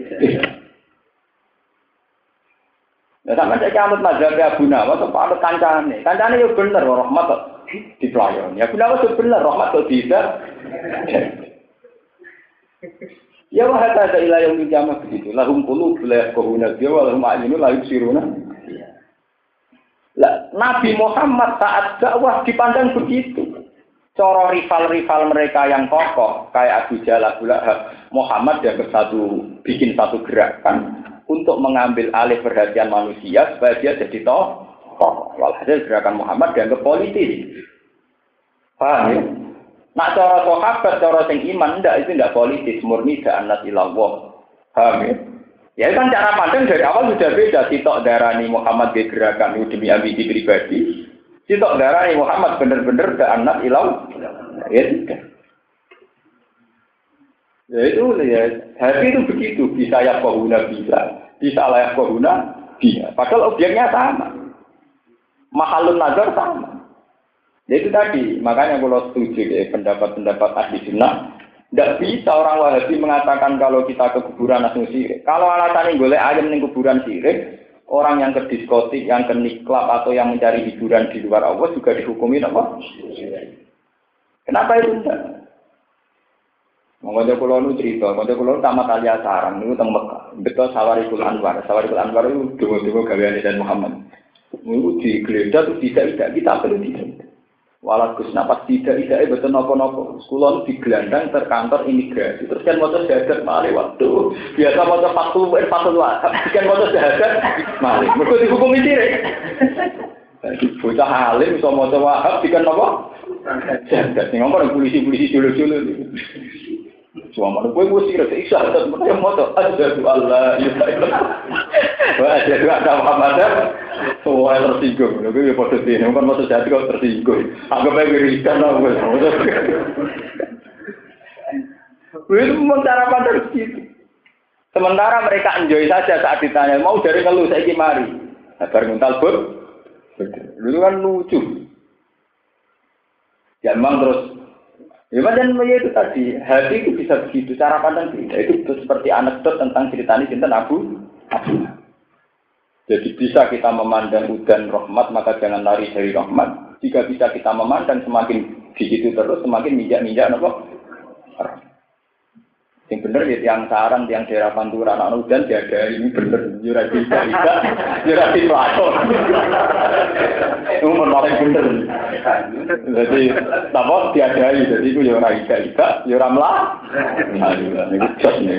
Ya sampe cek anut mazhab Abu Nawas apa anut kancane. Kancane yo bener rahmat kok dipelayon. Ya Abu Nawas yo bener rahmat kok tidak. Ya wa hatta ila yaumil qiyamah begitu. Lahum qulubun la yafqahuna biha wa lahum a'yunun la yubsiruna. Lah Nabi Muhammad saat dakwah dipandang begitu. Cara rival-rival mereka yang kokoh kayak Abu Jahal, Abu Lahab, Muhammad yang bersatu bikin satu gerakan untuk mengambil alih perhatian manusia supaya dia jadi tokoh. Walhasil gerakan Muhammad dianggap politis. Paham ya? Nak cara sahabat, cara sing iman ndak itu ndak politis, murni da'anat ilallah. Paham ya? Ya kan cara pandang dari awal sudah beda. Sitok darani Muhammad di gerakan demi ambisi pribadi. Sitok darani Muhammad benar-benar da'anat ilallah. Ya tidak. Ya itu ya, hati itu begitu. Bisa ya kohuna bisa. Bisa layak kohuna bisa. Padahal objeknya sama. Mahalun nazar sama. Ya itu tadi, makanya kalau setuju ya, pendapat-pendapat ahli sunnah, tidak bisa orang Wahabi mengatakan kalau kita ke kuburan langsung sirik. Kalau alasannya boleh ayam di kuburan sirik, orang yang ke diskotik, yang ke niklab atau yang mencari hiburan di luar Allah juga dihukumi apa? Kenapa itu enggak? Mengajak kulo nu cerita, mengajak kulo tamat alia sarang niku teng Mekah. Betul Sawarikul Anwar, Sawarikul Anwar itu dongo-dongo gaweane dan Muhammad. Niku digeledah terus tidak-tidak kita perlu tidak. Walau Gus napas tidak tidak betul nopo-nopo. Sekolah di gelandang terkantor imigrasi. Terus kan motor syahadat malih waktu biasa motor fakul eh fakul lah. Kan motor syahadat malih. Mereka dihukum sirik. Jadi bocah alim so motor wahab dikan nopo syahadat. Nih ngomong polisi-polisi dulu-dulu. Cuma mana gue gue sirik syahadat mereka motor ada Allah ya wah ada dua ada Muhammad. Semua tersinggung, gue ya pada sini, bukan maksud jadi kau tersinggung. Anggap aja wiridan lah, gue. Itu memang cara pandang begitu. Sementara mereka enjoy saja saat ditanya, mau dari ngeluh saya mari. Nah, baru nguntal bud, dulu kan lucu. Ya memang terus, ya macam itu tadi, hati itu bisa begitu, cara pandang beda. Itu seperti anekdot tentang ceritanya tentang Abu Abu. Jadi bisa kita memandang udan rahmat, maka jangan lari dari rahmat. Jika bisa kita memandang semakin di situ terus, semakin minjak-minjak apa? Yang benar ya tiang sarang, tiang daerah Pantura, anak udan tiada ini benar jurah tidak, jurah tidak lakon. Itu menarik benar. Jadi apa tiada jadi itu jurah tidak tidak, jurah melah. Nah, ini jos nih.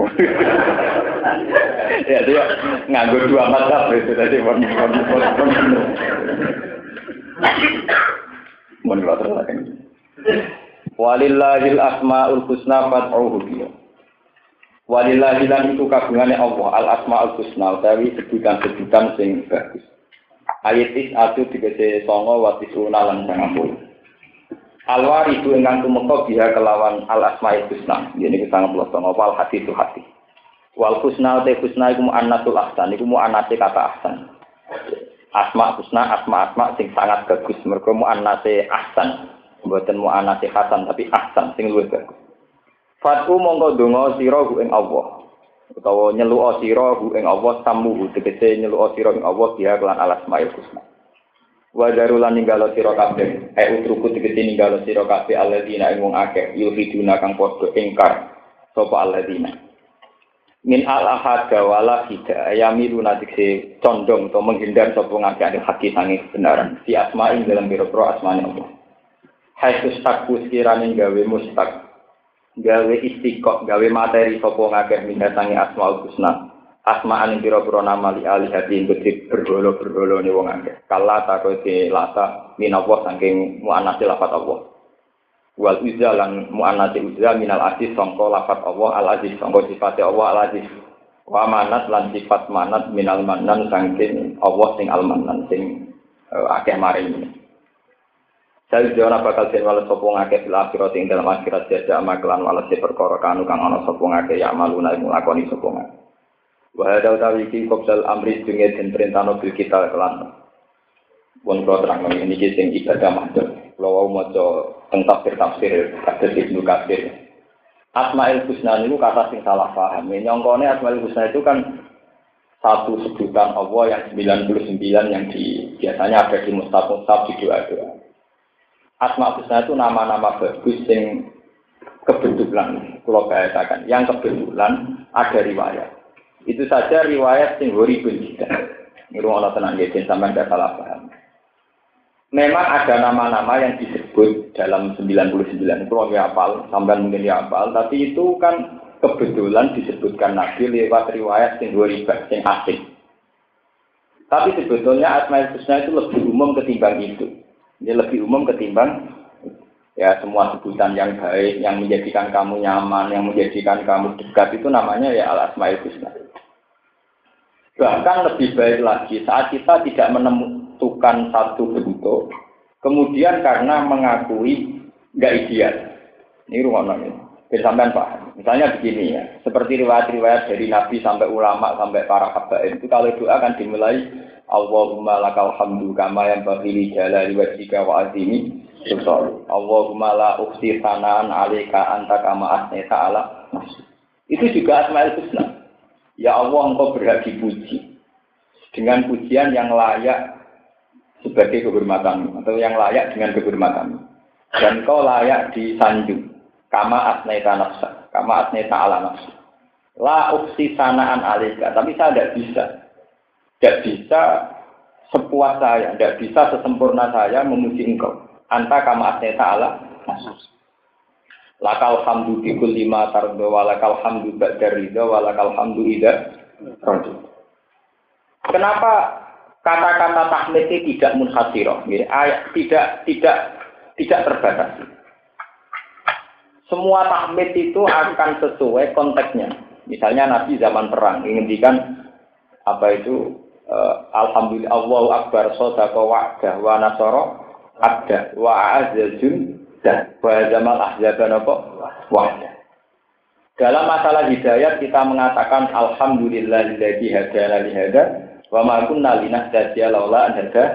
Ya dia nganggur dua mata itu tadi mon mon mon mon. Mon terus lagi. Walillahil asmaul husna fad'uhu biha. Walillahi lan itu kagungane Allah al asmaul husna utawi sebutan-sebutan sing bagus. Ayat is atu digese songo wa tisuna lan sangampun. Alwari itu ingkang tumeka biha kelawan al asmaul husna. Yen iki sangat puluh songo wal hati itu hati. Wal husna te husna iku mu'annatul ahsan iku mu'annate kata ahsan. Asma husna asma asma sing sangat bagus mergo mu'annate ahsan. Mboten mu'annate hasan tapi ahsan sing luwih bagus. Fatu mongko donga sira ing Allah. Utawa nyeluk sira ing Allah samuhu tegese nyeluk sira ing Allah dia kelan alas mail husna. Wa darulan ninggalo sira kabeh, e utruku tegese ninggalo sira kabeh alladzina ing wong akeh yufiduna kang padha ingkar sapa alladzina. Min al-ahad wala hida yamilu nadikse condong atau menghindar sapa ngakeh haki sange kebenaran. Si asma'in dalam biro-biro asmane Allah. Hai ustaku sekirane gawe mustak gawe istiqok, gawe materi sopo ngakeh minta sangi asmaul husna. Asma'an pira-pira nama li alihati bedhik berholo-berholo ne wong akeh. Kala takote lata minapa saking muannats lafat Allah. Wal uzza lan muannats uzza minal aziz sangka lafat Allah al aziz sangka sifat Allah al aziz. Wa manat lan sifat manat minal manan saking Allah sing al manan sing uh, akeh maring. Saya jawab bakal den wales sapa ngakeh fil akhirat ing dalam akhirat jaza maklan wales perkara kanu kang ana sapa ngakeh ya maluna ing lakoni sapa ngakeh. Wa hada utawi iki qabdal amri dunge den perintahno bil kita kelan. Wong kula terang niki sing ibadah madhep. Kula wau maca teng tafsir-tafsir kados Ibnu Katsir. Asmaul Husna niku kata sing salah paham. Nyongkone Asmaul Husna itu kan satu sebutan Allah yang sembilan puluh sembilan yang di biasanya ada di mushaf-mushaf di doa-doa. Asma Husna itu nama-nama bagus yang kebetulan, kalau bahasakan, yang kebetulan ada riwayat. Itu saja riwayat yang horibun juga. Ini rumah Allah tenang, jadi sampai tidak salah paham. Memang ada nama-nama yang disebut dalam sembilan puluh sembilan, kalau nggak hafal, sampai mungkin nggak hafal, tapi itu kan kebetulan disebutkan Nabi lewat riwayat yang horibun, yang asing. Tapi sebetulnya Asma Husna itu lebih umum ketimbang itu. Ini lebih umum ketimbang ya semua sebutan yang baik, yang menjadikan kamu nyaman, yang menjadikan kamu dekat itu namanya ya al-asmaul husna. Bahkan lebih baik lagi saat kita tidak menentukan satu bentuk, kemudian karena mengakui nggak ideal. Ini rumah namanya. Biar sampean paham. Misalnya begini ya, seperti riwayat-riwayat dari Nabi sampai ulama sampai para habaib itu kalau doa kan dimulai Allahumma lakal hamdu kama yang bagili jalali wajhika wa azimi sultan. Allahumma la ukhsi sanaan alaika anta kama asnita ala nafsi. Itu juga Asmaul Husna. Ya Allah, engkau berhak dipuji dengan pujian yang layak sebagai kehormatanmu atau yang layak dengan kehormatanmu. Dan engkau layak disanjung kama asnita nafsa, kama asnita ala nafsi. La ukhsi sanaan alaika, tapi saya tidak bisa. Tidak bisa sepuas saya, tidak bisa sesempurna saya memuji engkau. Anta kama asnita ala nafsi. Lakal hamdu bikul lima tardo walakal hamdu ba'da ridha walakal hamdu idza radu. Kenapa kata-kata tahmid ini tidak munhasirah, tidak tidak tidak terbatas. Semua tahmid itu akan sesuai konteksnya. Misalnya Nabi zaman perang menghentikan apa itu uh, alhamdulillah Allahu akbar sadaqa wa'dah wa nasara abda wa a'azzal dan wajamal ahzaban apa wa'dah. Dalam masalah hidayat kita mengatakan alhamdulillahilladzi hadana li hada wa ma kunna linahtadiya laula an hada.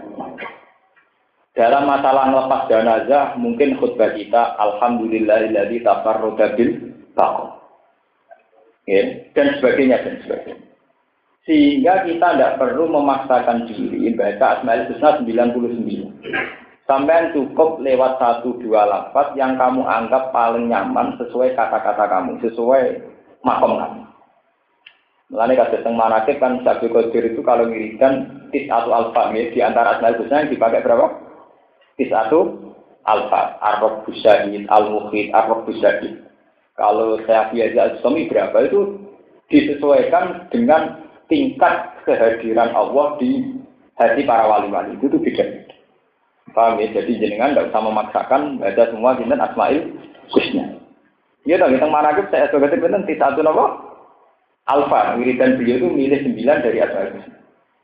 Dalam masalah ngelepas jenazah mungkin khutbah kita alhamdulillahilladzi tafarrada bil taqwa. Ya, dan sebagainya dan sebagainya. Sehingga kita tidak perlu memaksakan diri baca Asmaul Husna sembilan puluh sembilan. Sampai cukup lewat satu dua lafaz yang kamu anggap paling nyaman sesuai kata-kata kamu, sesuai makom kamu. Mulane kados teng manakib kan Syekh Qadir itu kalau wiridan tis'atu alfa di antara Asmaul Husna yang dipakai berapa? Tis'atu alfa, ar-rabb syahid, al-mukhid, ar-rabb syahid. Kalau saya biasa al-sami berapa itu disesuaikan dengan tingkat kehadiran Allah di hati para wali-wali. Itu tuh beda. Paham ya? Jadi jenengan tidak usah memaksakan baca semua dinten Asmaul Husna. Iya dong, kita manakib saya sebagai teman di satu nopo alfa wiridan beliau itu milih sembilan dari Asmaul Husna.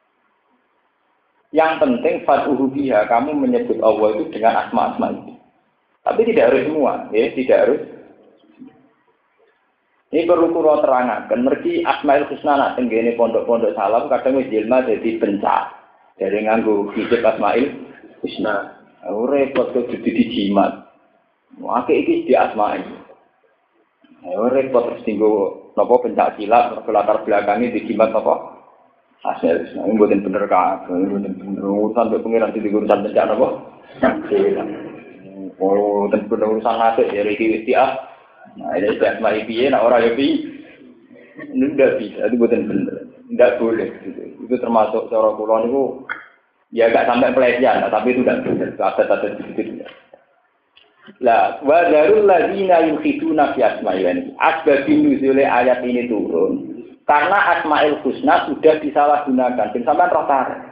Yang penting fatuhu biha, kamu menyebut Allah itu dengan asma-asma itu. Tapi tidak harus semua, ya tidak harus. Ini perlu kula terangkan. Mergi Asmaul Husna nak tenggene pondok-pondok salam kadang wis jilma jadi bencak dari nganggo hijab Asmaul Husna. Ora repot kok jadi dijimat. Wake iki di asma iki. Ora repot terus tinggo napa pencak silat latar belakangnya dijimat napa? Asmaul Husna. Ini mboten bener kabeh, mboten bener urusan mbek pengiran di urusan pencak napa? Oh, ten bener urusan nasib ya iki wis ah. Nah, ini asma piye nek ora ya piye. Ndak bisa, itu mboten bener. Ndak boleh gitu. Itu termasuk cara kula niku ya enggak sampai pelecehan, tapi itu tidak benar. Ada-ada begitu. Lah, wa darul ladzina yukhiduna fi asma'il. Asbabun nuzul ayat ini turun karena Asmaul Husna sudah disalahgunakan. Dan sampean roh tarik.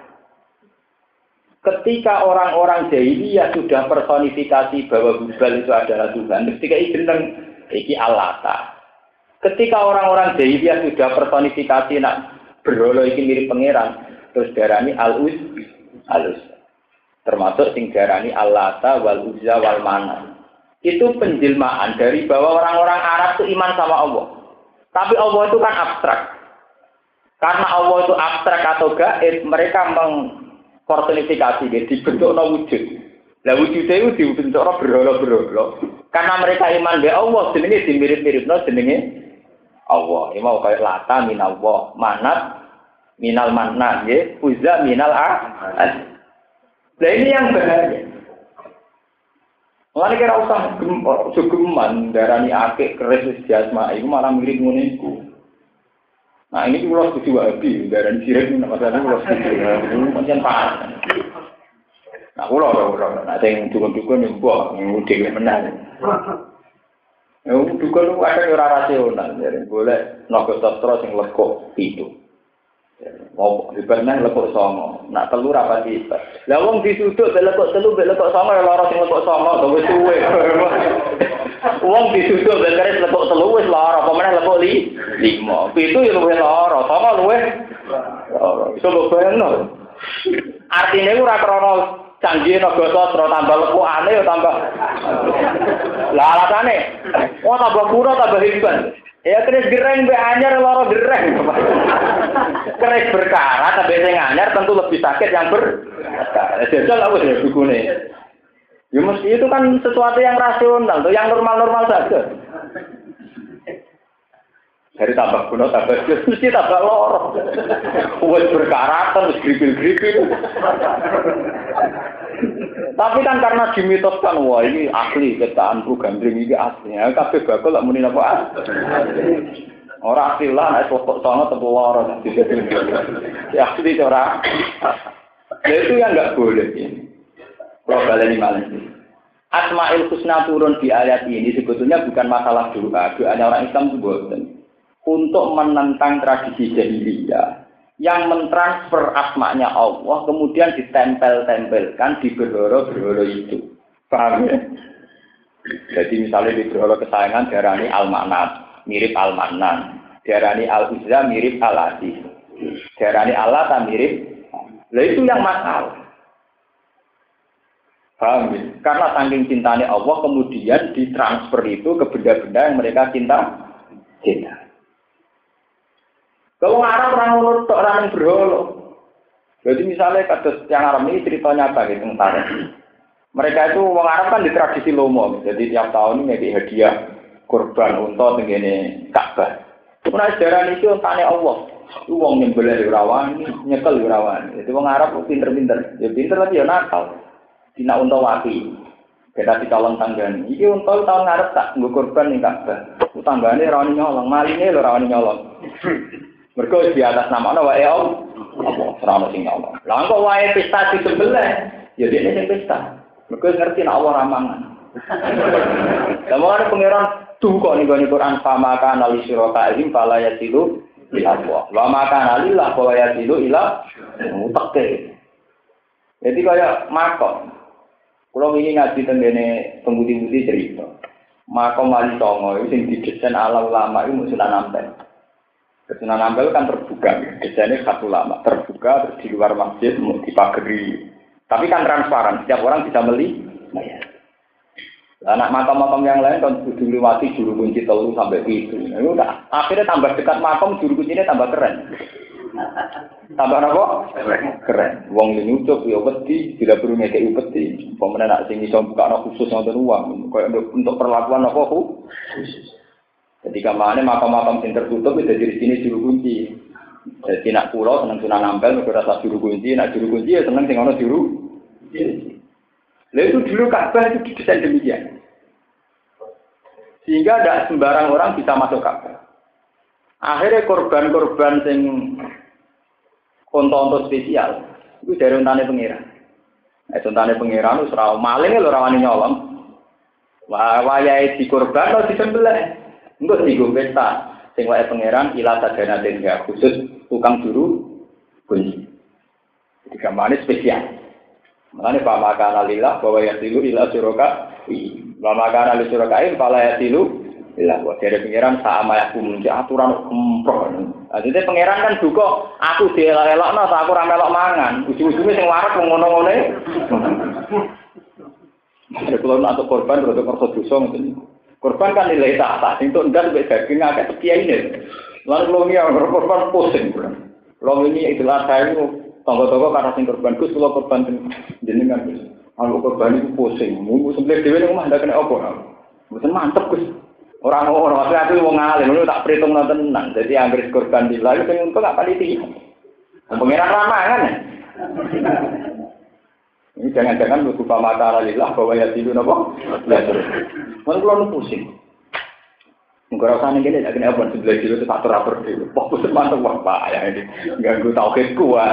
Ketika orang-orang jahiliyah sudah personifikasi bahwa Hubal itu adalah Tuhan, ketika iki jeneng iki Allata. Ketika orang-orang jahiliyah sudah personifikasi nak berhala iki mirip pangeran, terus darani Al-Uz Alus, termasuk sing diarani Allata wal Uzza wal Manat. Itu penjelmaan dari bahwa orang-orang Arab itu iman sama Allah. Tapi Allah itu kan abstrak. Karena Allah itu abstrak atau gaib, mereka mengpersonifikasi dia dibentukno wujud. Lah wujudnya itu dibentukno berhala-berhala. Karena mereka iman be Allah, jenenge dimirip-miripno jenenge Allah. Iki mau kaya Lata minallah, Manat minal manna, ya, Uzza minal ahad. Nah ini yang bahaya. Mulane kira usah geman darani akeh keris jasma iku malah mirip ngene iku. Nah ini kula setuju wae darani sirik nek masalah kula setuju. Pancen parah. Nah kula kula nek sing dukun-dukun mbok dhewe menang. Ya dukun ku ada ora rasional, jadi boleh naga sastra sing lekuk itu. Oh, dibanding lekuk songo. Nak telur apa sih? Lah wong disuduk be lekuk telu be lekuk songo ya lara sing lekuk songo to wis suwe. Wong disuduk be keris lekuk telu wis lara, apa meneh lekuk li lima. Pitu ya luwih lara, songo luwih lara. Iso mbok bayangno. Artine ora krana canggih naga sastra tambah lekukane ya tambah. Lah alasane, oh tambah kuno tambah hebat. Ya keris gereng mbek anyar lara gereng. Keris berkarat tapi sing anyar tentu lebih sakit yang berkarat. Jajal apa ya bukune. Ya mesti itu kan sesuatu yang rasional, tuh yang normal-normal saja. Dari tambah kuno tambah jus mesti tambah loro. Wes berkarat terus gripil-gripil. Tapi kan karena dimitoskan wah ini asli cetakan Bu Gandring ini asli. Ya kabeh bakal lak muni napa asli. Ora asli lah nek foto sono tebu loro. Ya asli ora. Ya itu yang enggak boleh ini. Kalau baleni malah. Asmaul Husna turun di ayat ini sebetulnya bukan masalah doa. Doanya orang Islam itu bukan. Untuk menentang tradisi jahiliyah yang mentransfer asmanya Allah kemudian ditempel-tempelkan di berhoro-berhoro itu. Paham ya? Jadi misalnya di berhoro kesayangan diarani Al-Manat, mirip Al-Manan. Diarani Al-Uzza mirip Al-Aziz. Diarani Allah mirip. Lah itu yang masalah. Paham ya? Karena saking cintanya Allah kemudian ditransfer itu ke benda-benda yang mereka cinta. Cinta. Kalau Arab orang menurut orang yang berholo. Jadi misalnya kasus yang Arab ini cerita nyata gitu ntar. Mereka itu orang Arab kan di tradisi lomo. Jadi tiap tahun ini ada hadiah kurban unta tenggene Ka'bah. Pernah sejarah ini tanya Allah. Itu wong nyembelih rawani, nyekel rawani. Jadi orang Arab itu pinter-pinter. Ya pinter tapi ya nakal. Dina unta wati. Kita di calon tanggane. Iki unta tahun ngarep tak nggo kurban ning Ka'bah. Tanggane rawani nyolong, maline lho rawani nyolong. Mergo di atas nama ana wae om. Apa ora sing nyolong. Lah kok wae pesta disembelih. Ya dene sing pesta. Mergo ngerti nek Allah ramangan. Lah mau pangeran tuh kok ning Quran famaka nali sirata ilim fala yasilu ila Allah. Wa maka nalillah fala yasilu ila mutaqqi. Jadi kaya makom. Kalau ingin ngaji tentang pembudi-budi cerita, makom wali songo itu yang didesain ala ulama itu Sunan Ampel. Sunan Ampel kan terbuka, desainnya satu ulama terbuka terus di luar masjid dipagari. Tapi kan transparan, setiap orang bisa beli. Anak makam-makam yang lain kan kudu liwati juru kunci telu sampai itu. Nah, udah akhirnya tambah dekat makam juru kuncinya tambah keren. Tambah apa? Keren. Wong ini ucap ya wedi, tidak perlu ngekei wedi. Pemenang nak sing iso buka ana khusus nonton uang. Kayak untuk perlakuan apa khusus. Ketika mana makam-makam sing tertutup itu dari sini juru kunci. Jadi nak pulau seneng Sunan Ampel mergo rasa juru kunci, nak juru kunci ya seneng sing ana juru. Lah itu dulu Ka'bah itu didesain demikian. Sehingga tidak sembarang orang bisa masuk Ka'bah. Akhirnya korban-korban sing konto-konto spesial itu dari untane pengiran. Eh untane pengiran wis ora maling lho ora wani nyolong. Wah wayahe dikorban atau disembelih. Engko digo pesta sing wae pengiran ila sadana tengga khusus tukang juru kunci. Jadi gamane spesial. Makanya Pak Makana lillah bahwa yasilu ila suraka Pak Makana li surakain fala yasilu ila wa dari pengiran sama aku munci aturan umroh. Jadi pengiran kan duka aku dielak-elakno aku ora melok mangan. Ujung-ujunge sing warak ngono-ngone. Ada kalau untuk korban untuk korban dosa ngoten. Korban kan nilai tak sing tok ndak mbek daging akeh kiai ini. Lalu kalau ini korban pusing. Kalau ini itulah saya tonggo-tonggo karena sing korban Gus kula korban jenengan Gus. Kalau korban itu pusing, munggu sembelih dhewe ning omah ndak kena apa. Mboten mantep Gus. Ora ora aku wong alim, lu tak perhitung tenan. Jadi anggere korban di lalu sing untung gak paliti. Pengiran ramangan. Ini jangan-jangan lu lupa mata lillah bahwa ya tidur napa? Ya terus. Mun kula pusing. Mungkin rasanya gini, ya kena apa sebelah dulu itu satu rapor dulu. Fokus mantap wah pak ya ini ganggu tauhidku wah.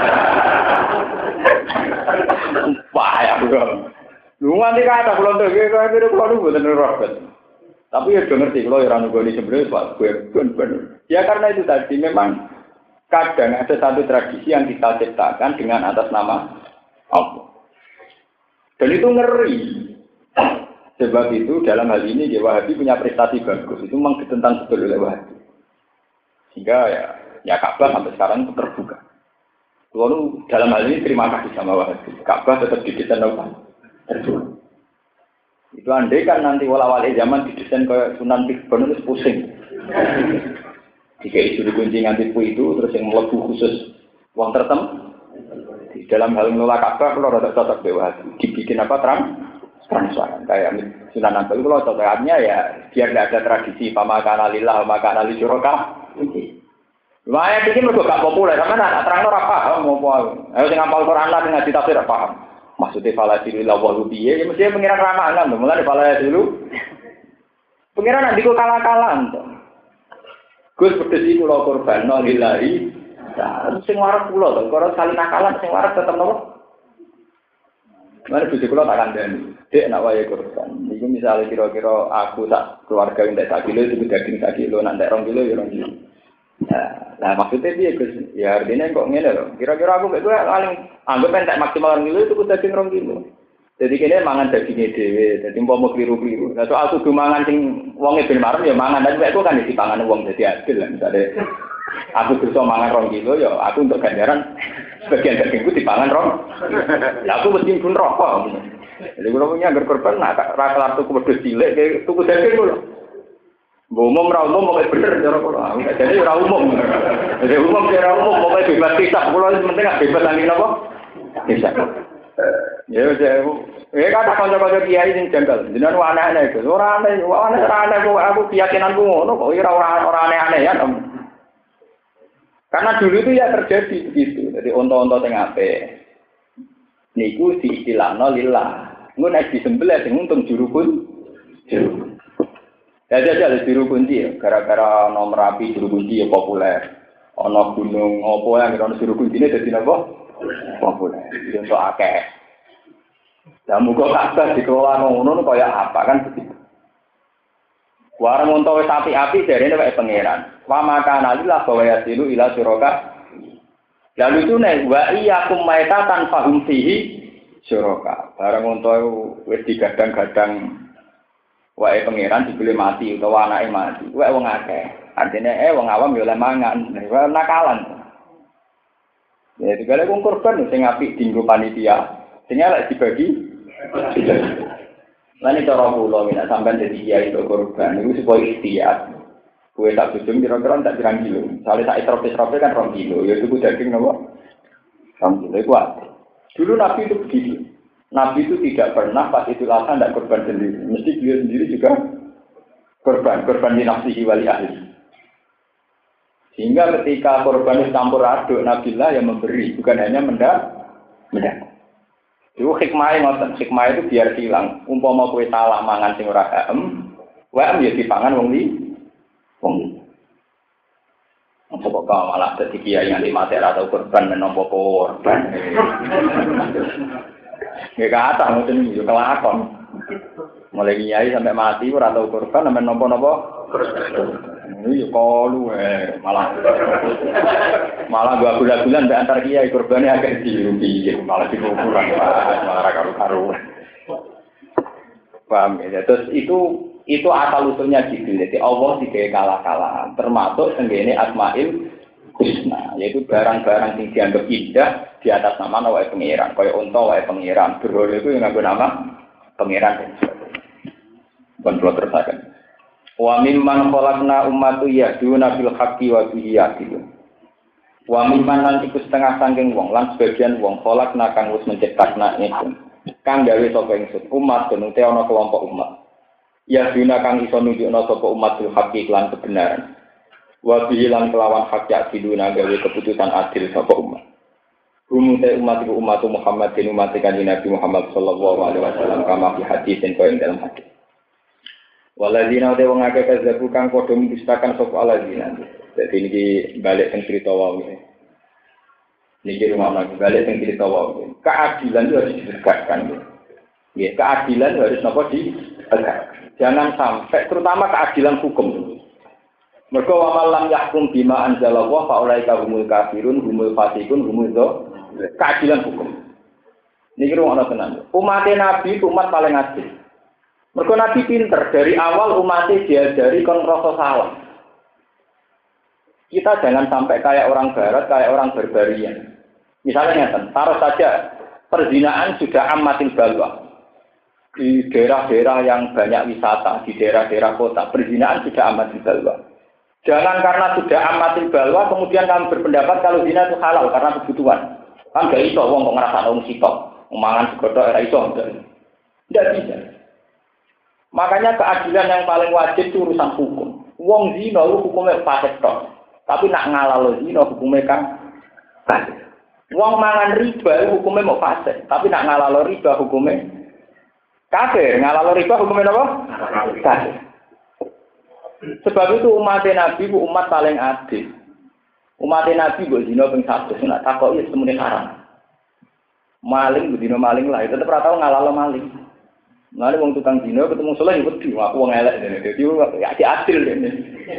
Pak ya bukan. Lu nanti kata belum tuh, gue kayak gitu kalau lu bener robot. Tapi ya ngerti kalau orang nunggu di sebelah pak gue bener. Ya karena itu tadi memang kadang ada satu tradisi yang kita ciptakan dengan atas nama Allah. Dan itu ngeri. Sebab itu dalam hal ini ya Wahabi punya prestasi bagus. Itu memang ditentang betul oleh Wahabi. Sehingga ya, ya Ka'bah sampai sekarang itu terbuka. Lalu dalam hal ini terima kasih sama Wahabi. Ka'bah tetap didesain apa? Itu andai kan nanti wala-wali zaman didesain ke Sunan Tikbon itu pusing. Jika itu dikunci nganti itu terus yang melebu khusus uang tertentu. Di dalam hal mengelola Ka'bah kalau ada cocok dewa dibikin apa terang transparan kayak Sunan Ampel kalau cocoknya ya biar tidak ada tradisi pamakan alillah pamakan alisyuraka. Lumayan ini mereka gak populer, karena anak terang ora paham mau apa. Ayo sing ngapal Quran lah ngaji tafsir ora paham. Maksudnya faladilillah wa rubiye, ya mesti pengiran ramalan to, mulane faladil. Pengiran nanti kok kalah-kalahan to. Gus pedhes iku lho korban lillahi. Nah, sing waras kula to, kalau sekali nakalan sing waras tetep nopo? Mari bojo kula tak kandhani. Dek nak wayahe korban. Iku misale kira-kira aku tak keluarga ndak sak kilo itu daging sak kilo, nak ndak rong kilo ya rong kilo. Nah, nah maksudnya dia Gus, ya artinya kok ngene loh. Kira-kira aku mek kowe paling anggap entek maksimal rong kilo itu kudu daging rong kilo. Jadi kene mangan dagingnya dhewe, dadi umpama kliru-kliru. Lah soal kudu mangan sing wonge ben marem ya mangan, tapi mek kan dipangan wong dadi adil lah. Misale aku bisa mangan rong kilo ya aku untuk ganjaran sebagian dagingku dipangan rong. Lah aku mesti pun rokok. Jadi kalau punya agar korban nak rasa tuku wedhus cilik kayak tuku daging lho. Umum ra umum pokoke bener cara kula. Jadi ora umum. Jadi umum ora umum pokoke bebas hisab. Kula penting gak bebas nang napa? Hisab. Ya wis ya kata kanca-kanca kiai sing janggal. Jenengan aneh-aneh iku. Ora aneh, ora aneh, ora aneh kok aku keyakinanku ngono kok ora ora aneh-aneh ya. Karena dulu itu ya terjadi begitu. Jadi onto-onto sing apik niku diistilahno lillah. Engko nek disembelih sing untung juru pun juru. Ya jajal juru kunci ya, gara-gara nomor api juru kunci ya populer. Ana gunung apa yang kira juru kuncine dadi napa? Populer. Itu untuk akeh. Lah muga kabeh dikelola ngono kaya apa kan begitu. Warung untuk sapi api jarene wae pangeran. Wa makana lillah wa yasilu ila suraka. Lalu itu nek wa iyyakum maitatan fahum fihi suraka. Barang untuk wis digadang-gadang wae pangeran dibeli mati utawa anake mati. Wae wong akeh. Artine eh wong awam yo oleh mangan, nakalan. Ya digale wong korban sing apik dienggo panitia. Sing elek dibagi. Lan iki cara kula nek sampean dadi kiai kok korban niku supaya ikhtiar. Kowe tak bujung kira-kira tak pirang kilo. Sale tak isrof-isrof kan rong kilo. Ya itu daging napa? rong kilo iku. Dulu Nabi itu begitu. Nabi itu tidak pernah pas itu lasa tidak korban sendiri. Mesti beliau sendiri juga korban. Korban di nafsihi wali ahli. Sehingga ketika korban itu campur aduk, Nabilah yang memberi. Bukan hanya mendak. Mendak. Itu hikmahnya ngoten. Hikmah itu biar hilang. Umpama kowe salah mangan sing ora kaem. Wae ya dipangan wong li. Wong li. Apa kok malah dadi kiai nganti mati ora tau korban menapa korban. Nggak kata, mungkin juga kelakon. Mulai kiai sampai mati, ora tau korban, sampai nopo-nopo. Ini kalu, eh, malah, malah dua bulan-bulan di antar kiai korbannya agak dirugi, malah dikukuran, malah karu-karu. Paham ya? Terus itu itu asal usulnya gitu. Jadi Allah tidak kalah-kalahan, termasuk tenggene Asmaul Husna, yaitu barang-barang yang dianggap indah di atas nama wae pangeran, kaya unta wae pangeran, berhala itu yang nganggo nama pangeran dan sebagainya. Bon kula terusaken. Wa mimman khalaqna ummatu yahduna bil haqqi wa bihi yahdun. Wa mimman lan iku setengah saking wong lan sebagian wong khalaqna kang wis menciptakna ingsun. Kang gawe sapa ingsun umat genute ana kelompok umat. Yahduna kang iso nunjukna sapa umat bil haqqi lan kebenaran. Wa bihilan kelawan hak yakiduna gawe keputusan adil sapa umat. Umute umat iku umat Muhammad bin umat kanjeng Nabi Muhammad sallallahu alaihi wasallam kama fi hadis sing koyo dalam hadis. Waladina de wong akeh kazzabu kang padha mendustakan sapa aladina. Dadi niki balik teng cerita wae. Niki rumah lagi balik teng cerita wae. Keadilan itu harus ditegakkan. Ya, keadilan harus napa ditegakkan. Jangan sampai terutama keadilan hukum. Mergo wa malam yahkum bima anzalallah fa ulaika humul kafirun humul fasiqun humul dzal. Keadilan hukum. Niki rumah tenan. Umat Nabi umat paling adil. Mergo Nabi pinter dari awal umatnya diajari kon rasa salah. Kita jangan sampai kayak orang barat, kayak orang barbarian. Misalnya, taruh saja perzinaan sudah amatil balwa. Di daerah-daerah yang banyak wisata, di daerah-daerah kota, perzinaan sudah amatil balwa. Jangan karena sudah amatil balwa, kemudian kamu berpendapat kalau zina itu halal karena kebutuhan. Kan gak iso, wong kok ngerasa orang sitok, mangan segodok era iso. Tidak bisa. Makanya keadilan yang paling wajib itu urusan hukum. Wong zina itu hukumnya fasik tok. Tapi nak ngalalo zina hukumnya kan fasik. Wong mangan riba hukumnya mau fasik, tapi nak ngalalo riba hukumnya kafir. Ngalalo riba hukumnya apa? Kafir. Sebab itu umat Nabi bu umat paling adil. Umat Nabi bu zina ping satu, nak takok ya semuanya haram. Maling bu zina maling lah, tetap ora tau ngalalo maling. Maling wong tukang zina ketemu saleh ya wedi, aku wong elek dene. Dadi ya adil dene.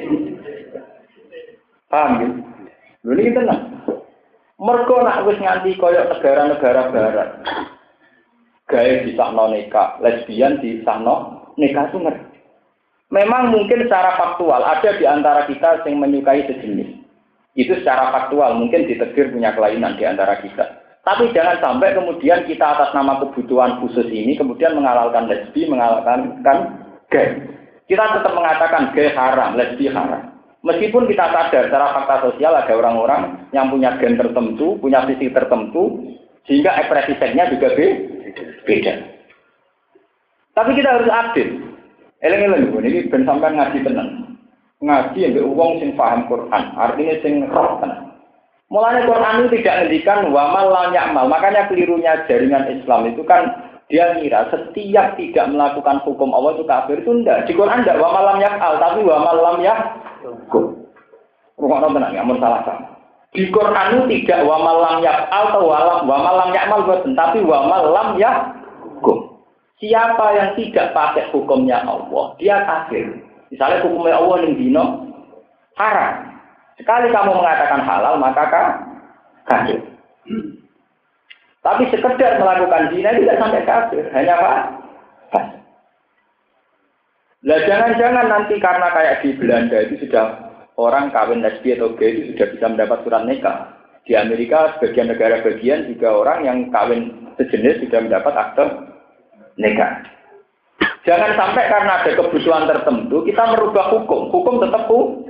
Paham ya? Lho iki tenan. Mergo nak wis nganti koyo negara-negara barat. Gawe disahno nikah, lesbian disahno nikah itu ngerti. Memang mungkin secara faktual ada di antara kita yang menyukai sejenis. Itu secara faktual mungkin ditegur punya kelainan di antara kita. Tapi jangan sampai kemudian kita atas nama kebutuhan khusus ini kemudian menghalalkan lesbi, menghalalkan gay. Kita tetap mengatakan gay haram, lesbi haram. Meskipun kita sadar secara fakta sosial ada orang-orang yang punya gen tertentu, punya visi tertentu, sehingga ekspresi seksnya juga beda. Tapi kita harus adil. Eleng-eleng, ini ben sampean ngaji tenan. Ngaji ambek wong sing paham Quran, artinya sing roh tenan. Mulane Quran itu tidak ngendikan wa mal lam ya'mal. Makanya kelirunya jaringan Islam itu kan dia ngira setiap tidak melakukan hukum Allah itu kafir. Itu enggak. Di Quran enggak wa mal lam ya'al, tapi wa mal lam ya'kum. Rungokno tenan ya, amun salah sama. Di Quran itu tidak wa mal lam ya'al atau wa mal lam ya'mal boten, tapi wa mal lam ya'kum. Siapa yang tidak pakai hukumnya Allah, dia kafir. Misalnya hukumnya Allah ning dino haram. Sekali kamu mengatakan halal, maka kafir. Tapi sekedar melakukan zina tidak sampai kafir, hanya apa? Fasik. Lah jangan-jangan nanti karena kayak di Belanda itu sudah orang kawin lesbi atau gay itu sudah bisa mendapat surat nikah. Di Amerika sebagian negara bagian juga orang yang kawin sejenis sudah mendapat akte nikah. Jangan sampai karena ada kebutuhan tertentu kita merubah hukum. Hukum tetap hukum.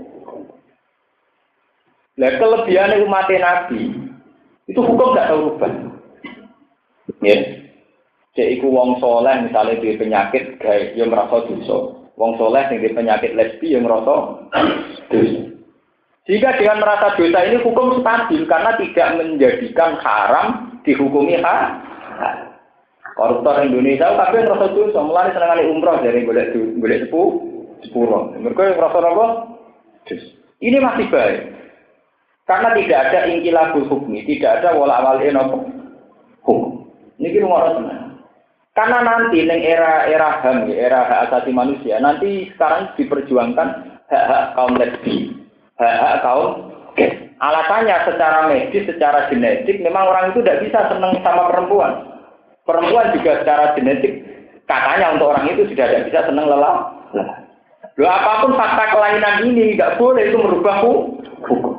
Lah kelebihan umat Nabi itu hukum enggak tahu rubah. Ya. Cek iku wong soleh misalnya di penyakit gawe yo merasa dosa. Wong soleh sing di penyakit lesbi yo merasa dosa. Jika dengan merasa dosa ini hukum stabil karena tidak menjadikan haram dihukumi halal. Koruptor Indonesia tapi merasa dosa, mulai senengane umroh dari golek golek sepuh sepuro. Mereka merasa apa? Ini masih baik. Karena tidak ada inqilabul hukmi, tidak ada wala wali hukum. Ini kira orang tenang. Karena nanti neng era-era H A M, era hak asasi manusia, nanti sekarang diperjuangkan hak-hak kaum lesbi, hak-hak kaum gay. Alasannya secara medis, secara genetik, memang orang itu tidak bisa senang sama perempuan. Perempuan juga secara genetik, katanya untuk orang itu sudah tidak bisa senang lelah. Loh, apapun fakta kelainan ini, tidak boleh itu merubah hukum.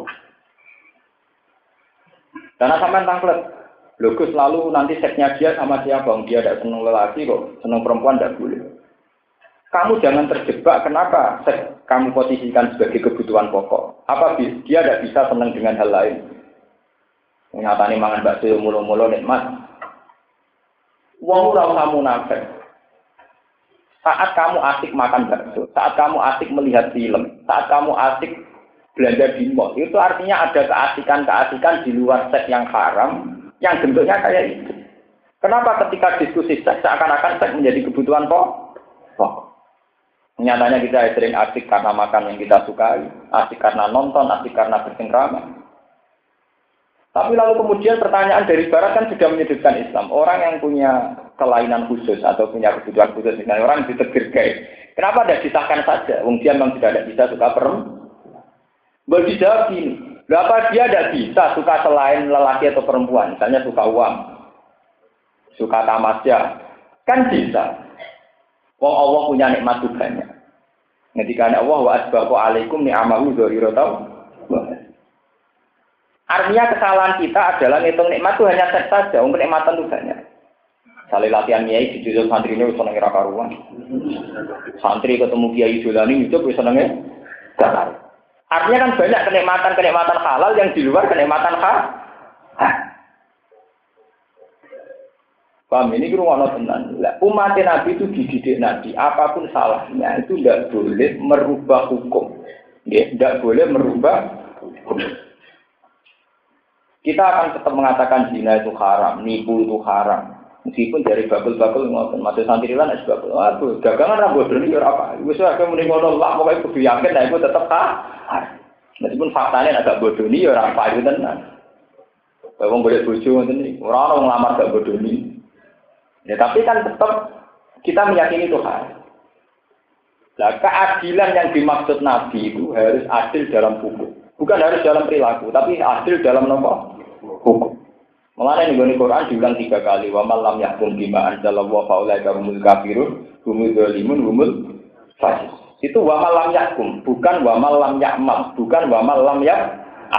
Karena sampai tangklet. Logus lalu nanti seksnya dia sama siapa? Dia tidak senang lelaki kok, senang perempuan tidak boleh. Kamu jangan terjebak. Kenapa seks kamu posisikan sebagai kebutuhan pokok? Apa dia tidak bisa senang dengan hal lain? Nyatane mangan bakso mulu-mulu nikmat. Wong ora usah munafik. Saat kamu asik makan bakso, saat kamu asik melihat film, saat kamu asik belanja di mall, itu artinya ada keasikan-keasikan di luar seks yang haram, yang bentuknya kayak itu. Kenapa ketika diskusi seks seakan-akan seks menjadi kebutuhan pokok? Nyatanya kita sering asik karena makan yang kita sukai, asik karena nonton, asik karena bercengkrama. Tapi lalu kemudian pertanyaan dari Barat kan sudah menyudutkan Islam. Orang yang punya kelainan khusus atau punya kebutuhan khusus, misalnya orang ditegur gay. Kenapa tidak disahkan saja? Wong dia memang tidak bisa suka perempuan. Berjawab gini, berapa dia tidak bisa suka selain lelaki atau perempuan, misalnya suka uang, suka tamasya, kan bisa. Wong Allah punya nikmat banyak. Ketika Allah wa asbahu alaikum ni'amahu dzahiratan. Artinya kesalahan kita adalah ngitung nikmat itu hanya set saja, untuk kenikmatan itu banyak. Salih latihan kiai di jujur santri ini seneng ora karuan. Santri ketemu kiai dolani itu bisa senengnya gak. Artinya kan banyak kenikmatan-kenikmatan halal yang di luar kenikmatan halal. Paham ini kira ngono tenan. Lah umat Nabi itu dididik Nabi, apapun salahnya itu tidak boleh merubah hukum. Ya, tidak boleh merubah hukum. Kita akan tetap mengatakan zina itu haram, nipu itu haram. Meskipun dari bakul-bakul ngoten, masih santri lan es bakul. Aduh, dagangan ra bodoni ya apa. Wis ora muni ngono lah, pokoke kudu yakin nek iku tetep haram. Meskipun faktanya agak bodoni ya ora payu tenan. Wong boleh bojo ngoten iki, ora ono nglamar gak bodoni. Ya tapi kan tetap kita meyakini itu haram. Nah, keadilan yang dimaksud Nabi itu harus adil dalam hukum. Bukan harus dalam perilaku, tapi adil dalam nomor hukum. Mengenai nih Quran diulang tiga kali. Wa malam yahkum bima anzalallahu faulaika humul kafirun, humul dzalimun, humul fasik. Itu wa malam yahkum, bukan wa malam ya'mal, bukan wa malam ya.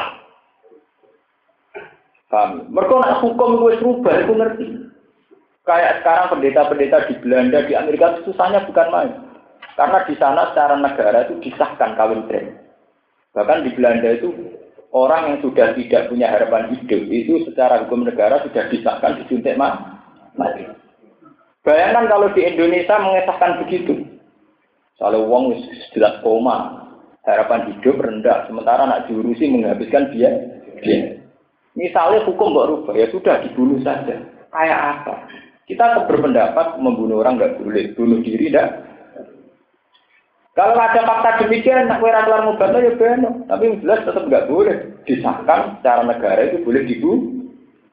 Paham? Mereka nak hukum itu serubah, itu ngerti. Kayak sekarang pendeta-pendeta di Belanda, di Amerika susahnya bukan main. Karena di sana secara negara itu disahkan kawin tren. Bahkan di Belanda itu orang yang sudah tidak punya harapan hidup itu secara hukum negara sudah disahkan disuntik mati. Bayangkan kalau di Indonesia mengesahkan begitu. Kalau uang sudah koma, harapan hidup rendah, sementara nak diurusi menghabiskan biaya. Misalnya hukum nggak rubah, ya sudah dibunuh saja. Kayak apa? Kita tetap berpendapat membunuh orang nggak boleh, bunuh diri tidak. Kalau ada fakta demikian, nak kira kelar mubatnya ya benar. Tapi jelas tetap nggak boleh disahkan secara negara itu boleh dibunuh.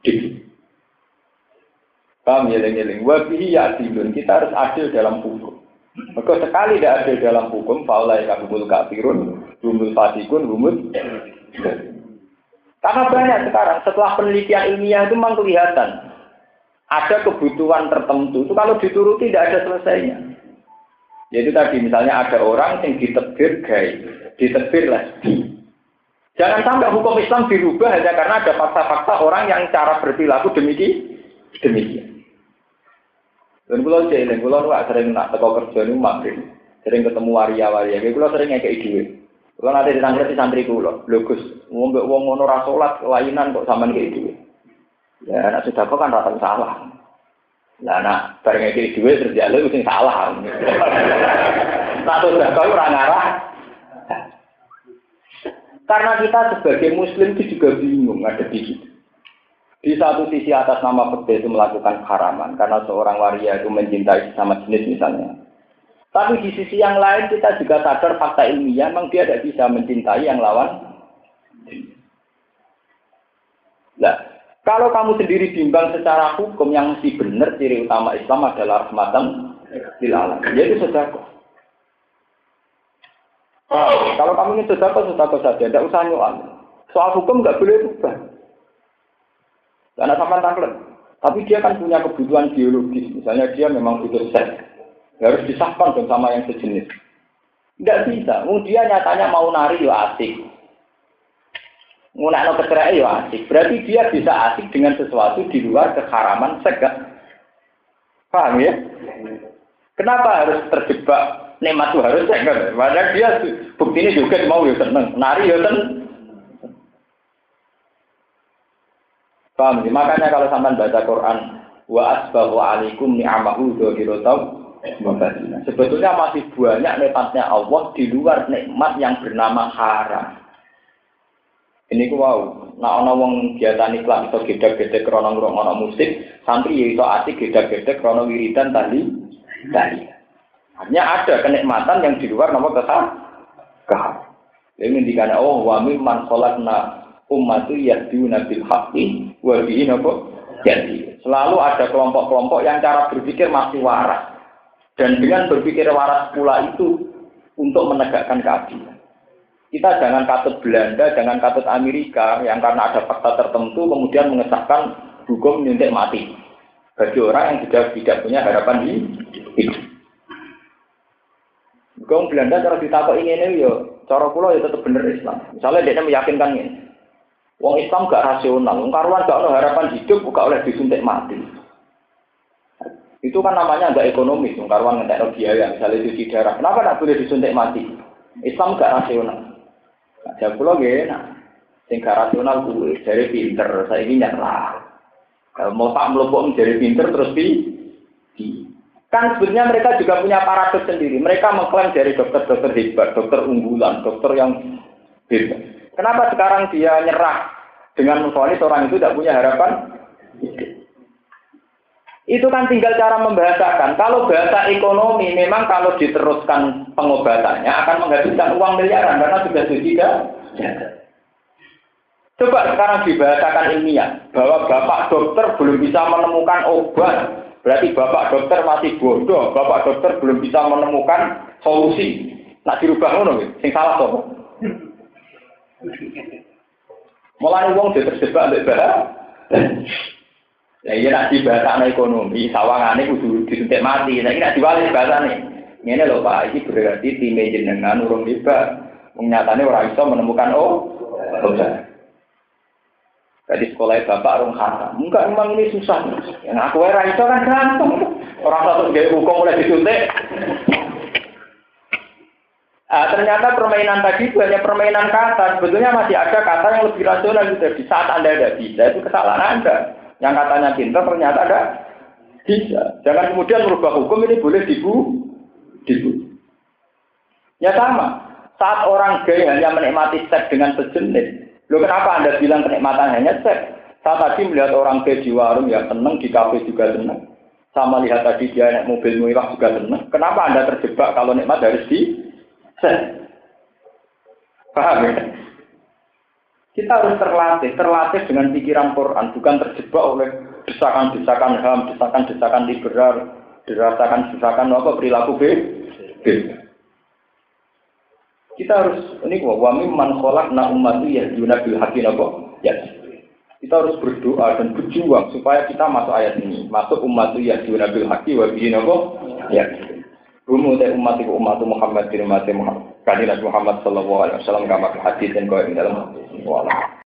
Paham ya lengeleng. Wabihi ya adilun. Kita harus adil dalam hukum. Maka sekali tidak adil dalam hukum, faulai kabul kafirun, humul fasikun, humul. Karena banyak sekarang setelah penelitian ilmiah itu memang kelihatan ada kebutuhan tertentu itu kalau dituruti tidak ada selesainya. Yaitu tadi misalnya ada orang yang ditebir gay, ditebir lesbi. Jangan sampai hukum Islam dirubah hanya karena ada fakta-fakta orang yang cara berperilaku demikian. demikian. Dan kalau saya, kalau lu sering nak teko kerja ini makin sering ketemu waria-waria. Kalau sering ngekei duit. Kalau nanti ditangkap di santri kulo, logus, wong mbek wong ngono ra salat kelainan kok sampean ngekei duit. Ya nak sudah kok kan rata salah. Lah nak bareng ngekei duit terus ya lu sing salah. Satu sudah kau ora ngarah. Karena kita sebagai muslim itu juga bingung ada di situ. Di satu sisi atas nama fikih itu melakukan haraman karena seorang waria itu mencintai sesama jenis misalnya. Tapi di sisi yang lain kita juga sadar fakta ilmiah memang dia tidak bisa mencintai yang lawan. Nah, kalau kamu sendiri bimbang secara hukum yang mesti benar ciri utama Islam adalah rahmatan lil alamin. Jadi sedekah. Nah, kalau kamu ingin sedekah sedekah saja, tidak usah nyual. Soal hukum nggak boleh berubah. Karena sama taklet. Tapi dia kan punya kebutuhan biologis. Misalnya dia memang butuh seks. Harus disahkan dong sama yang sejenis. Tidak bisa. Dia nyatanya mau nari ya asik. Ngunakno kecerai ya asik. Berarti dia bisa asik dengan sesuatu di luar keharaman seks. Paham ya? Kenapa harus terjebak nikmat itu harus seks? Padahal dia buktinya juga mau ya seneng. Nari ya seneng. Paham ya? Makanya kalau sampai baca Quran wa asbahu alaikum ni'amahu dzahiratan. Sebetulnya masih banyak nikmatnya Allah di luar nikmat yang bernama haram. Ini ku wow, nak ana wong biasa iklan iso gedhe-gedhe krana ngrungokno musik, santri ya iso asik gedhe-gedhe krana wiridan tadi. Tadi. Artinya ada kenikmatan yang di luar nama kesal. Kahar. Ini dikane oh wa mimman khalaqna ummatu yahduna bil haqqi wa bihi napa? Jadi, selalu ada kelompok-kelompok yang cara berpikir masih waras. Dan dengan berpikir waras pula itu untuk menegakkan keadilan. Kita jangan katut Belanda, jangan katut Amerika yang karena ada fakta tertentu kemudian mengesahkan hukum nyuntik mati bagi orang yang sudah tidak punya harapan hidup. Hukum Belanda cara ditakok ini yo, cara kula ya tetap bener Islam. Misalnya dia meyakinkan ini. Wong Islam gak rasional, wong karuan gak ada harapan hidup, gak oleh disuntik mati. Itu kan namanya agak ekonomis, wong karuan ngentek biaya, misalnya cuci darah. Kenapa tidak boleh disuntik mati? Islam gak rasional. Nah, jawab kula nggih enak. Sing gak rasional kuwi jare pinter, saiki nyerah. Kalau mau tak melopok menjadi pinter terus di, di. Kan sebenarnya mereka juga punya paradoks sendiri. Mereka mengklaim dari dokter-dokter hebat, dokter unggulan, dokter yang hebat. Kenapa sekarang dia nyerah dengan memvonis orang itu tidak punya harapan? Itu kan tinggal cara membahasakan. Kalau bahasa ekonomi memang kalau diteruskan pengobatannya akan menghabiskan uang miliaran karena sudah tidak. Coba sekarang dibahasakan ilmiah bahwa bapak dokter belum bisa menemukan obat. Berarti bapak dokter masih bodoh. Bapak dokter belum bisa menemukan solusi. Nak dirubah ngono sing salah sapa? Mulai wong terjebak mbek bahasa. Ya iya nak dibahasane ekonomi, sawangane kudu disuntik mati. Saiki nak diwali bahasane. Ngene lho Pak, iki berarti time jenengan urung tiba. Nyatane ora iso menemukan obat. Jadi sekolah bapak urung haram. Enggak memang ini susah. Yang aku ora iso kan gampang. Orang satu gaya hukum mulai disuntik. Ah, ternyata permainan tadi itu hanya permainan kata. Sebetulnya masih ada kata yang lebih rasional gitu. Di saat Anda tidak bisa, itu kesalahan Anda. Yang katanya pintar ternyata ada bisa. Jangan kemudian merubah hukum ini boleh dibu, dibu. Ya sama. Saat orang gay hanya menikmati seks dengan sejenis. Loh kenapa Anda bilang kenikmatan hanya seks? Saya tadi melihat orang gay di warung ya senang, di kafe juga senang. Sama lihat tadi dia naik mobil mewah juga senang. Kenapa Anda terjebak kalau nikmat harus di seks? Paham ya? Kita harus terlatih, terlatih dengan pikiran Quran, bukan terjebak oleh desakan-desakan H A M, desakan-desakan liberal, desakan-desakan apa perilaku B. B. Kita harus ini kok wa mimman khalaqna ummatan yahduna bil haqqi napa? Ya. Kita harus berdoa dan berjuang supaya kita masuk ayat ini, masuk ummatan yahduna bil haqqi wa bihi napa? Ya. Rumu te umat iku umat Muhammad bin Muhammad Muhammad sallallahu alaihi wasallam kama hadis dan kau yang dalam wala